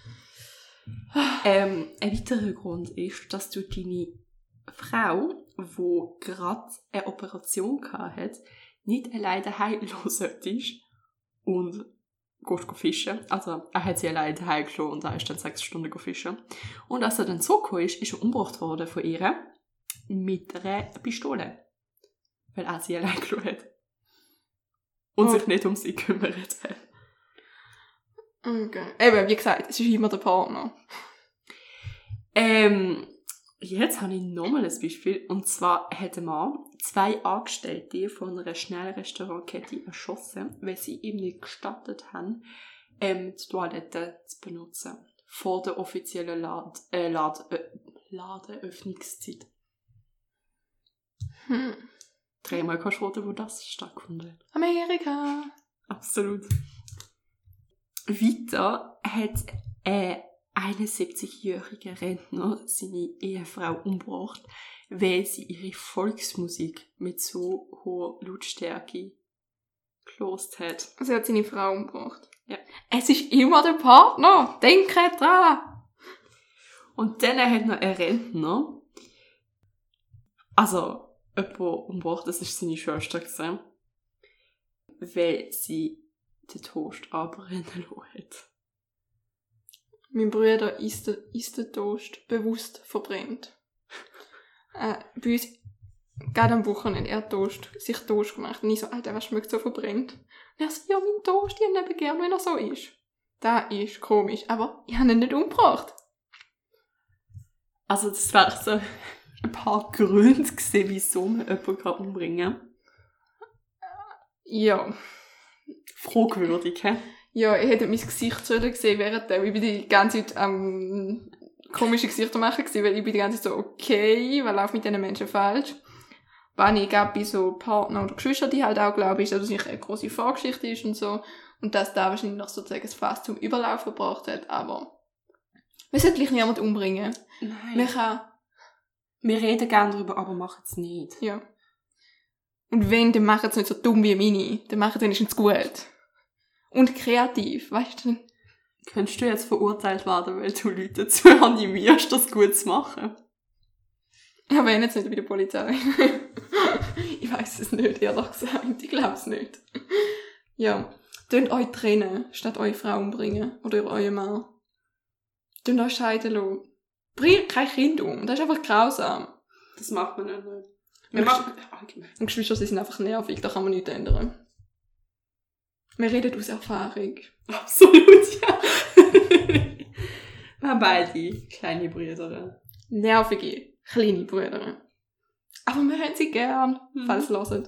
Ähm, ein weiterer Grund ist, dass du deine Frau, die gerade eine Operation hatte, nicht alleine daheim lassen solltest und gehst go fischen. Also, er hat sie alleine daheim gelassen und er ist dann sechs Stunden go fischen. Und als er dann zurückgekommen ist, ist er umgebracht worden von ihr mit einer Pistole. Weil er sie allein gelassen hat. Und Oh. sich nicht um sie gekümmert hat. Okay. Eben, wie gesagt, es ist immer der Partner. Ähm, jetzt habe ich nochmal ein Beispiel. Und zwar hat ein Mann zwei Angestellte von einer Schnellrestaurantkette erschossen, weil sie ihm nicht gestattet haben, ähm, die Toilette zu benutzen. Vor der offiziellen Lad äh, Lad äh, Ladenöffnungszeit. Hm. Dreimal kannst du raten, wo das stattgefunden hat. Amerika. Absolut. Weiter hat ein einundsiebzigjähriger Rentner seine Ehefrau umgebracht, weil sie ihre Volksmusik mit so hoher Lautstärke gelost hat. Also er hat seine Frau umgebracht. Ja. Es ist immer der Partner. Denke dran. Und dann hat noch ein Rentner, also jemand umgebracht, das war seine Schwester gewesen, weil sie den Toast anbrennen lassen hat. Mein Bruder isst, isst den Toast bewusst verbrennt. äh, bei uns, gerade am Wochenende, er hat Toast, sich Toast gemacht. Und ich so, Alter, was schmeckt so verbrennt? Und er so, ja, mein Toast, ich habe ihn gern, wenn er so ist. Das ist komisch, aber ich habe ihn nicht umgebracht. Also das wäre so ein paar Gründe gewesen, wieso man jemanden umbringen kann. Ja. Fragwürdig, hä? Ja, ich hätte mein Gesicht schon gesehen, während der, ich bin die ganze Zeit am ähm, komische Gesichter machen gewesen, weil ich bin die ganze Zeit so, okay, was läuft mit diesen Menschen falsch? Wenn ich glaube, bei so Partner oder Geschwister, die halt auch glaube ich, dass es nicht eine grosse Vorgeschichte ist und so, und dass da wahrscheinlich noch sozusagen das Fass zum Überlauf gebracht hat, aber wir sollten gleich niemanden umbringen. Nein. Wir kann, Wir reden gerne darüber, aber machen es nicht. ja. Und wenn, dann machen es nicht so dumm wie meine, dann machen es wenigstens gut. Und kreativ, weißt du? Könntest du jetzt verurteilt werden, weil du Leute dazu animierst, das gut zu machen? Ja, wenn jetzt nicht bei der Polizei. Ich weiss es nicht, ehrlich gesagt. Ich glaube es nicht. Ja. Tönt euch trennen, statt eure Frau umbringen. Oder euren Mann. Tönt euch scheiden lassen. Bringt kein Kind um. Das ist einfach grausam. Das macht man nicht. Wir Wir machen... Und Geschwister, sie sind einfach nervig. Da kann man nichts ändern. Wir reden aus Erfahrung. Absolut, ja. Wir haben beide kleine Brüder. Nervige, kleine Brüder. Aber wir haben sie gern, Mhm. falls ihr hört.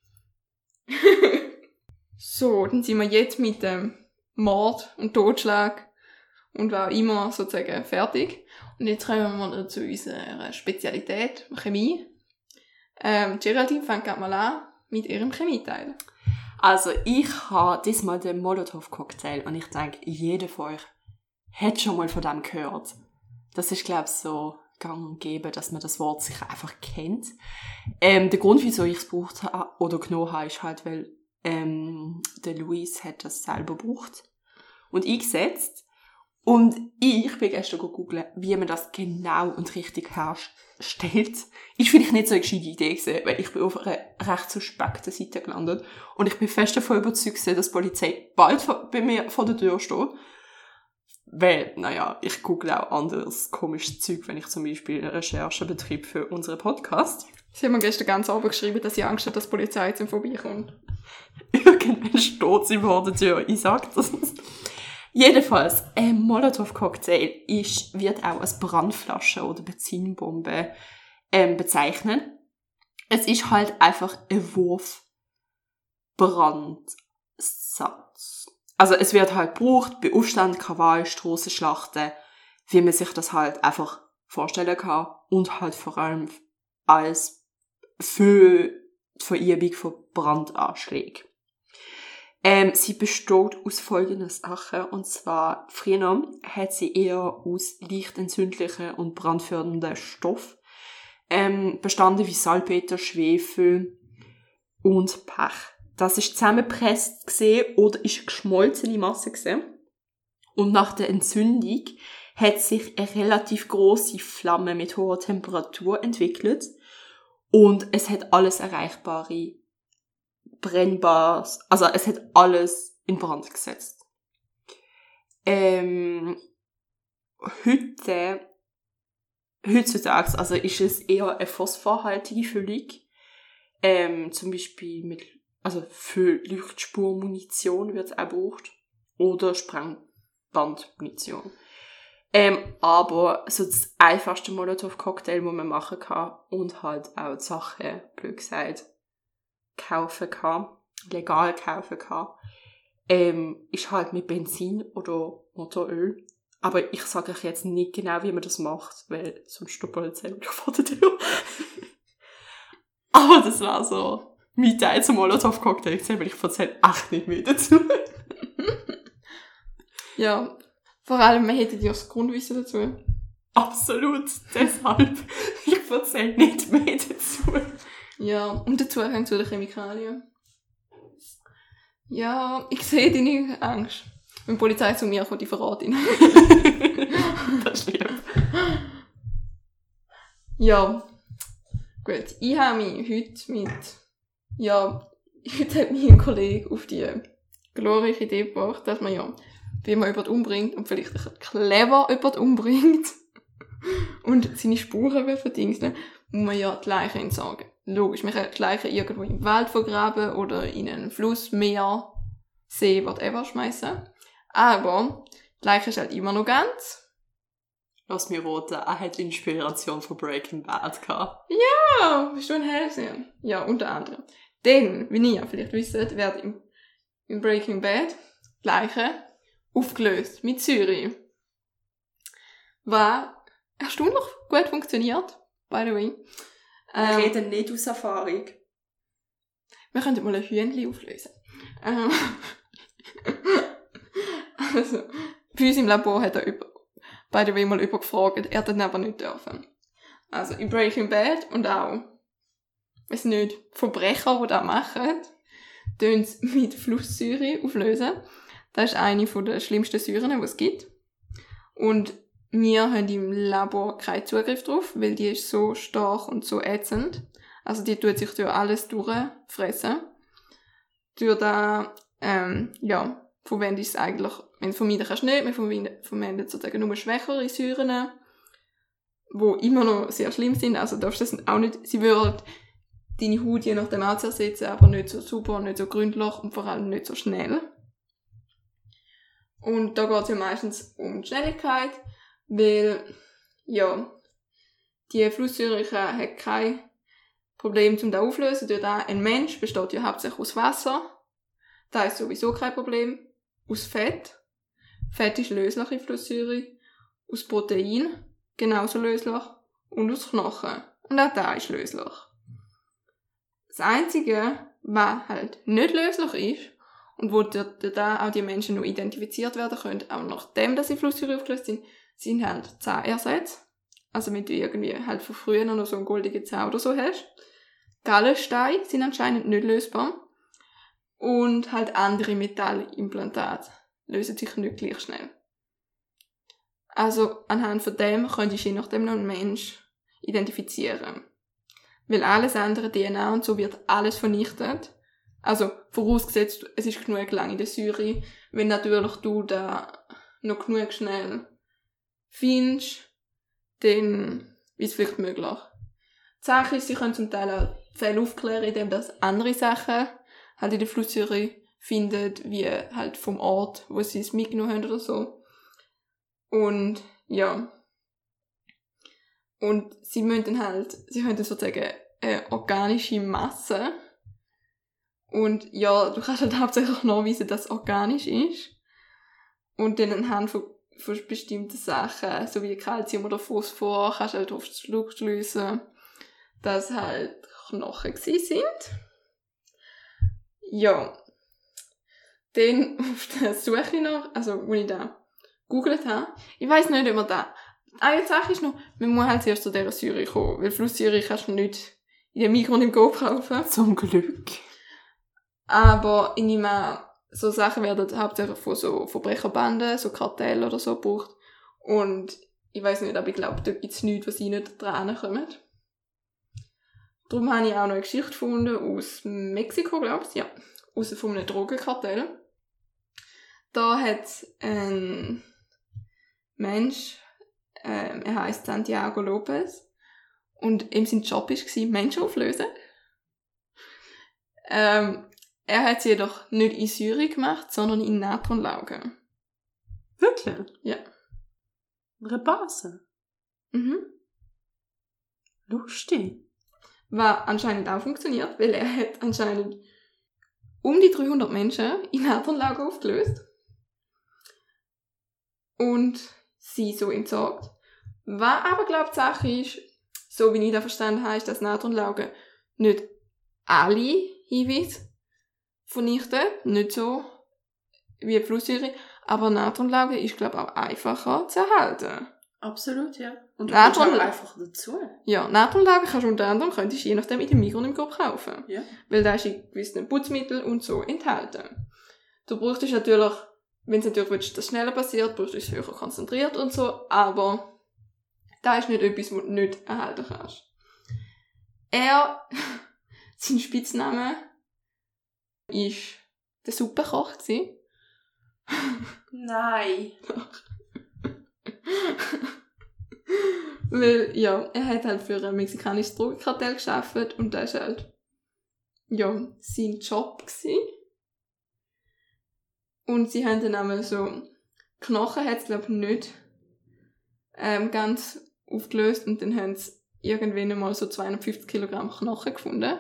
So, dann sind wir jetzt mit dem Mord und Totschlag und was auch immer sozusagen fertig. Und jetzt kommen wir zu unserer Spezialität, Chemie. Ähm, Geraldine fängt gerade mal an mit ihrem Chemieteil. Also, ich habe diesmal den Molotow-Cocktail und ich denke, jeder von euch hat schon mal von dem gehört. Das ist, glaube ich, so gang und gäbe, dass man das Wort sicher einfach kennt. Ähm, der Grund, wieso ich es gebraucht habe oder genommen habe, ist halt, weil ähm, der Luis hat das selber gebraucht und eingesetzt. Und ich bin gestern googeln, wie man das genau und richtig herstellt. Ist vielleicht nicht so eine gescheite Idee gewesen, weil ich bin auf einer recht suspekten Seite gelandet. Und ich bin fest davon überzeugt, dass die Polizei bald bei mir vor der Tür steht. Weil, naja, ich google auch anderes komisches Zeug, wenn ich zum Beispiel eine Recherche betreibe für unseren Podcast. Sie haben mir gestern ganz sauber geschrieben, dass sie Angst hat, dass die Polizei jetzt vorbeikommt. Irgendwann steht sie vor der Tür, ich sag das. Jedenfalls, ein Molotow-Cocktail ist, wird auch als Brandflasche oder Benzinbombe ähm, bezeichnet. Es ist halt einfach ein Wurfbrandsatz. Also es wird halt gebraucht bei Aufständen, Krawall, Strassenschlachten, wie man sich das halt einfach vorstellen kann. Und halt vor allem als für die Verübung von Brandanschlägen. Ähm, sie besteht aus folgenden Sachen. Und zwar, früher hat sie eher aus leicht entzündlichen und brandfördernden Stoffen ähm, bestanden wie Salpeter, Schwefel und Pech. Das ist zusammengepresst gesehen oder ist geschmolzene Masse gesehen. Und nach der Entzündung hat sich eine relativ grosse Flamme mit hoher Temperatur entwickelt. Und es hat alles Erreichbare brennbares, also es hat alles in Brand gesetzt. Ähm, heute, heutzutage, also ist es eher eine phosphorhaltige Füllung, ähm, zum Beispiel mit, also für Leuchtspurmunition wird es auch gebraucht, oder Sprengbandmunition. Ähm, aber so das einfachste Molotow-Cocktail, das man machen kann, und halt auch die Sachen, blöd gesagt, kaufen kann, legal kaufen kann, ähm, ist halt mit Benzin oder Motoröl. Aber ich sage euch jetzt nicht genau, wie man das macht, weil sonst steht die Polizei wieder vor der Tür. Aber das war so mein Teil zum Molotow-Cocktail, weil ich erzähle echt nicht mehr dazu. Ja, vor allem, man hätte ja das Grundwissen dazu. Absolut, deshalb. Ich erzähle nicht mehr dazu. Ja, und dazu hängt zu den Chemikalien. Ja, ich sehe deine Angst. Wenn die Polizei zu mir kommt, die verrate ihn. Das ist lieb. Ja, gut. Ich habe mich heute mit... Ja, heute hat mich ein Kollege auf die glorreiche Idee gebracht, dass man ja, wie man jemanden umbringt und vielleicht ein bisschen clever jemanden umbringt und seine Spuren will verdingseln, muss man ja die Leiche entsorgen. Logisch, man kann die Leiche irgendwo im Wald vergraben oder in einen Fluss, Meer, See, whatever schmeißen. Aber die Leiche ist halt immer noch ganz. Lass mich roten, er hat Inspiration von Breaking Bad gehabt. Ja, bist du ein Hellseher? Ja, unter anderem. Denn, wie ihr ja vielleicht wisst, wird im, im Breaking Bad Gleiche aufgelöst mit Zürich. Was erstaunlich gut funktioniert, by the way. Wir Ähm, reden nicht aus Erfahrung. Wir könnten mal ein Hühnchen auflösen. Ähm, also, bei uns im Labor hat er über, by the way mal übergefragt, er hat das aber nicht dürfen. Also, in Breaking Bad und auch, weiss nicht, Verbrecher, die das machen, tun sie mit Flusssäure auflösen. Das ist eine der schlimmsten Säuren, die es gibt. Und wir haben im Labor keinen Zugriff drauf, weil die ist so stark und so ätzend. Also die tut sich durch alles durchfressen. Durch da, ähm, ja, verwende ich es eigentlich, wenn du vermeiden kannst nicht, wir verwenden, verwenden sozusagen nur schwächere Säuren, die immer noch sehr schlimm sind, also darfst du das auch nicht, sie würden deine Haut je nachdem auch zersetzen, aber nicht so super, nicht so gründlich und vor allem nicht so schnell. Und da geht es ja meistens um die Schnelligkeit, weil, ja, die Flusssäure hat kein Problem zum da auflösen. Durch da ein Mensch besteht ja hauptsächlich aus Wasser. Da ist sowieso kein Problem. Aus Fett. Fett ist löslich in Flusssäure. Aus Protein. Genauso löslich. Und aus Knochen. Und auch da ist löslich. Das Einzige, was halt nicht löslich ist, und wo durch da auch die Menschen noch identifiziert werden können, auch nachdem, dass sie Flusssäure aufgelöst sind, sind halt Zahnersätze. Also wenn du irgendwie halt von früher noch so einen goldenen Zahn oder so hast. Gallensteine sind anscheinend nicht lösbar. Und halt andere Metallimplantate lösen sich nicht gleich schnell. Also anhand von dem könntest du je nachdem noch einen Mensch identifizieren. Weil alles andere, D N A und so, wird alles vernichtet. Also vorausgesetzt, es ist genug lang in der Säure. Wenn natürlich du da noch genug schnell findest, dann ist es vielleicht möglich. Die Sache ist, sie können zum Teil auch Fälle aufklären, indem das andere Sachen halt in der Flusssäure finden, wie halt vom Ort, wo sie es mitgenommen haben oder so. Und, ja. Und sie müssen dann halt, sie haben dann sozusagen eine organische Masse. Und ja, du kannst halt hauptsächlich nachweisen, dass es organisch ist. Und dann anhand von, von bestimmten Sachen, so wie Calcium oder Phosphor, kannst du halt oft schliessen, dass halt Knochen gsi sind. Ja. Dann auf der Suche noch, also, wo ich da gegoogelt habe, ich weiss nicht, ob man da, eine Sache ist noch, man muss halt zuerst zu dieser Säure kommen, weil Flusssäure kannst du nicht in den Mikro und im Coop kaufen. Zum Glück. Aber ich nehme an, so Sachen werden hauptsächlich von so Verbrecherbanden, so Kartellen oder so gebraucht. Und ich weiss nicht, aber ich glaube, da gibt es nichts, was sie nicht dran kommen. Darum habe ich auch noch eine Geschichte gefunden aus Mexiko, glaube ich, ja. Aus von einem Drogenkartell. Da hat ein Mensch, ähm, er heisst Santiago Lopez, und ihm sein Job war, Menschen auflösen. Ähm, er hat sie jedoch nicht in Säure gemacht, sondern in Natronlauge. Wirklich? Ja. Eine Base? Mhm. Lustig. Was anscheinend auch funktioniert, weil er hat anscheinend um die dreihundert Menschen in Natronlauge aufgelöst. Und sie so entsorgt. Was aber, glaube ich, die Sache ist, so wie ich das verstanden habe, ist, dass Natronlauge nicht alle Hinweise vernichtet, nicht so wie die Flusssäure, aber Natronlauge ist, glaube ich, auch einfacher zu erhalten. Absolut, ja. Und du Natron- kommst auch einfach dazu. Ja, Natronlauge kannst du unter anderem, könntest du je nachdem in dem Mikro und im Coop kaufen. Ja. Weil da ist in gewissen Putzmitteln und so enthalten. Du brauchst natürlich, wenn es natürlich willst, dass schneller passiert, brauchst du es höher konzentriert und so, aber da ist nicht etwas, was du nicht erhalten kannst. Er, sein Spitzname ist der Suppenkoch gewesen. Nein. Weil, ja, er hat halt für ein mexikanisches Drogenkartell gearbeitet und das war halt, ja, sein Job gewesen. Und sie haben dann einmal so, Knochen hat es, glaube ich, nicht ähm, ganz aufgelöst und dann haben sie irgendwann mal so zweihundertfünfzig Kilogramm Knochen gefunden.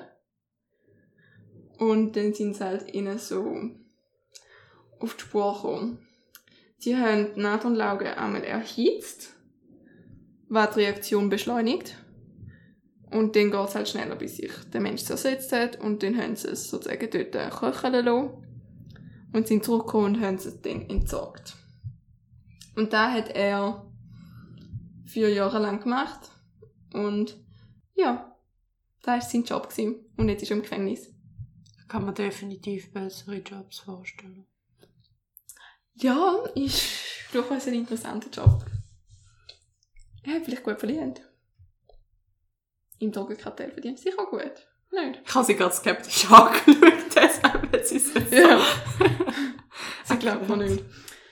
Und dann sind sie halt ihnen so auf die Spur gekommen. Sie haben die Natronlaugen einmal erhitzt, was die Reaktion beschleunigt. Und dann geht es halt schneller, bis sich der Mensch zersetzt hat. Und dann haben sie es sozusagen dort köcheln lassen. Und sind zurückgekommen und haben es dann entsorgt. Und das hat er vier Jahre lang gemacht. Und ja, das war sein Job gewesen. Und jetzt ist er im Gefängnis. Kann man definitiv bessere Jobs vorstellen. Ja, ist durchaus ein interessanter Job. Er hat vielleicht gut verdient. Im Drogenkartell verdient er sicher gut. Nicht? Ich habe sie gerade skeptisch angeschaut, deshalb hat sie es so. Ja. Sie glaubt man nicht.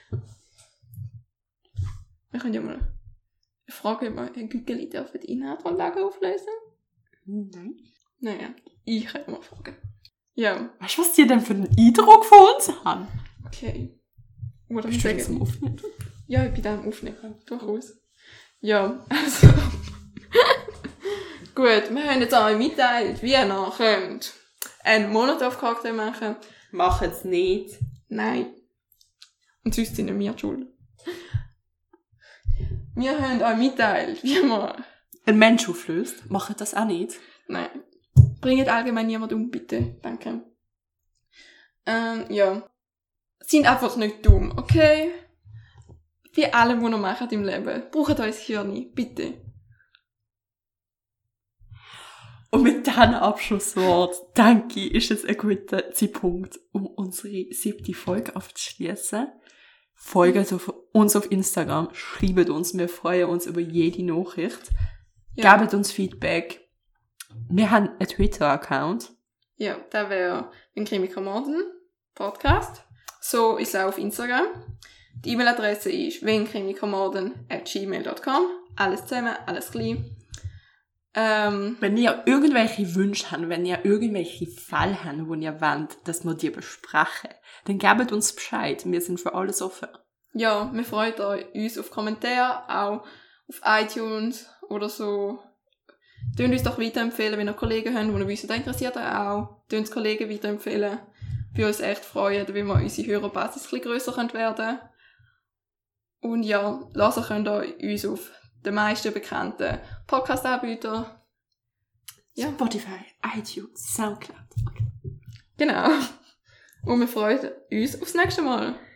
Wir können ja mal eine Frage, ob wir ein Güggeli dürfen die Natronlaugen auflösen? Nein. Naja, ich kann mal fragen. Ja. Weißt du, was die denn für einen Eindruck von uns haben? Okay. Oder Bist du das am Aufnehmen? Ja, ich bin da am Aufnehmen. Durchaus. Ja, also. Gut, wir haben jetzt euch mitteilt, wie ihr noch könnt einen Molotov-Cocktail machen. Machen es nicht. Nein. Und sonst sind wir die schuld. Wir haben euch mitteilt, wie man ein Mensch auflöst. Machen das auch nicht. Nein. Bringt allgemein niemand um, bitte. Danke. Ähm, ja. Sind einfach nicht dumm, okay? Wie alle, die noch machen im Leben. Braucht euch das Hirn, bitte. Und mit diesem Abschlusswort, denke ich, ist es ein guter Zeitpunkt, um unsere siebte Folge abzuschließen. Folgt uns auf Instagram, schreibt uns, wir freuen uns über jede Nachricht. Ja. Gebt uns Feedback. Wir haben einen Twitter-Account. Ja, der wäre ein Krimikommoden Podcast. So ist es auch auf Instagram. Die E-Mail-Adresse ist wenkrimikommoden at gmail dot com. Alles zusammen, alles klein. Ähm, wenn ihr irgendwelche Wünsche habt, wenn ihr irgendwelche Fälle habt, wo ihr wollt, dass wir die besprechen, dann gebt uns Bescheid. Wir sind für alles offen. Ja, wir freuen uns auf Kommentare, auch auf iTunes oder so. Tönt uns doch weiterempfehlen, wenn ihr Kollegen habt, die uns interessiert, auch. Tönt uns Kollegen weiterempfehlen. Wir uns echt freuen, weil wir unsere Hörerbasis ein bisschen grösser werden können. Und ja, lassen könnt ihr uns auf den meisten bekannten Podcast-Anbietern. Ja. Spotify, iTunes, Soundcloud. Okay. Genau. Und wir freuen uns aufs nächste Mal.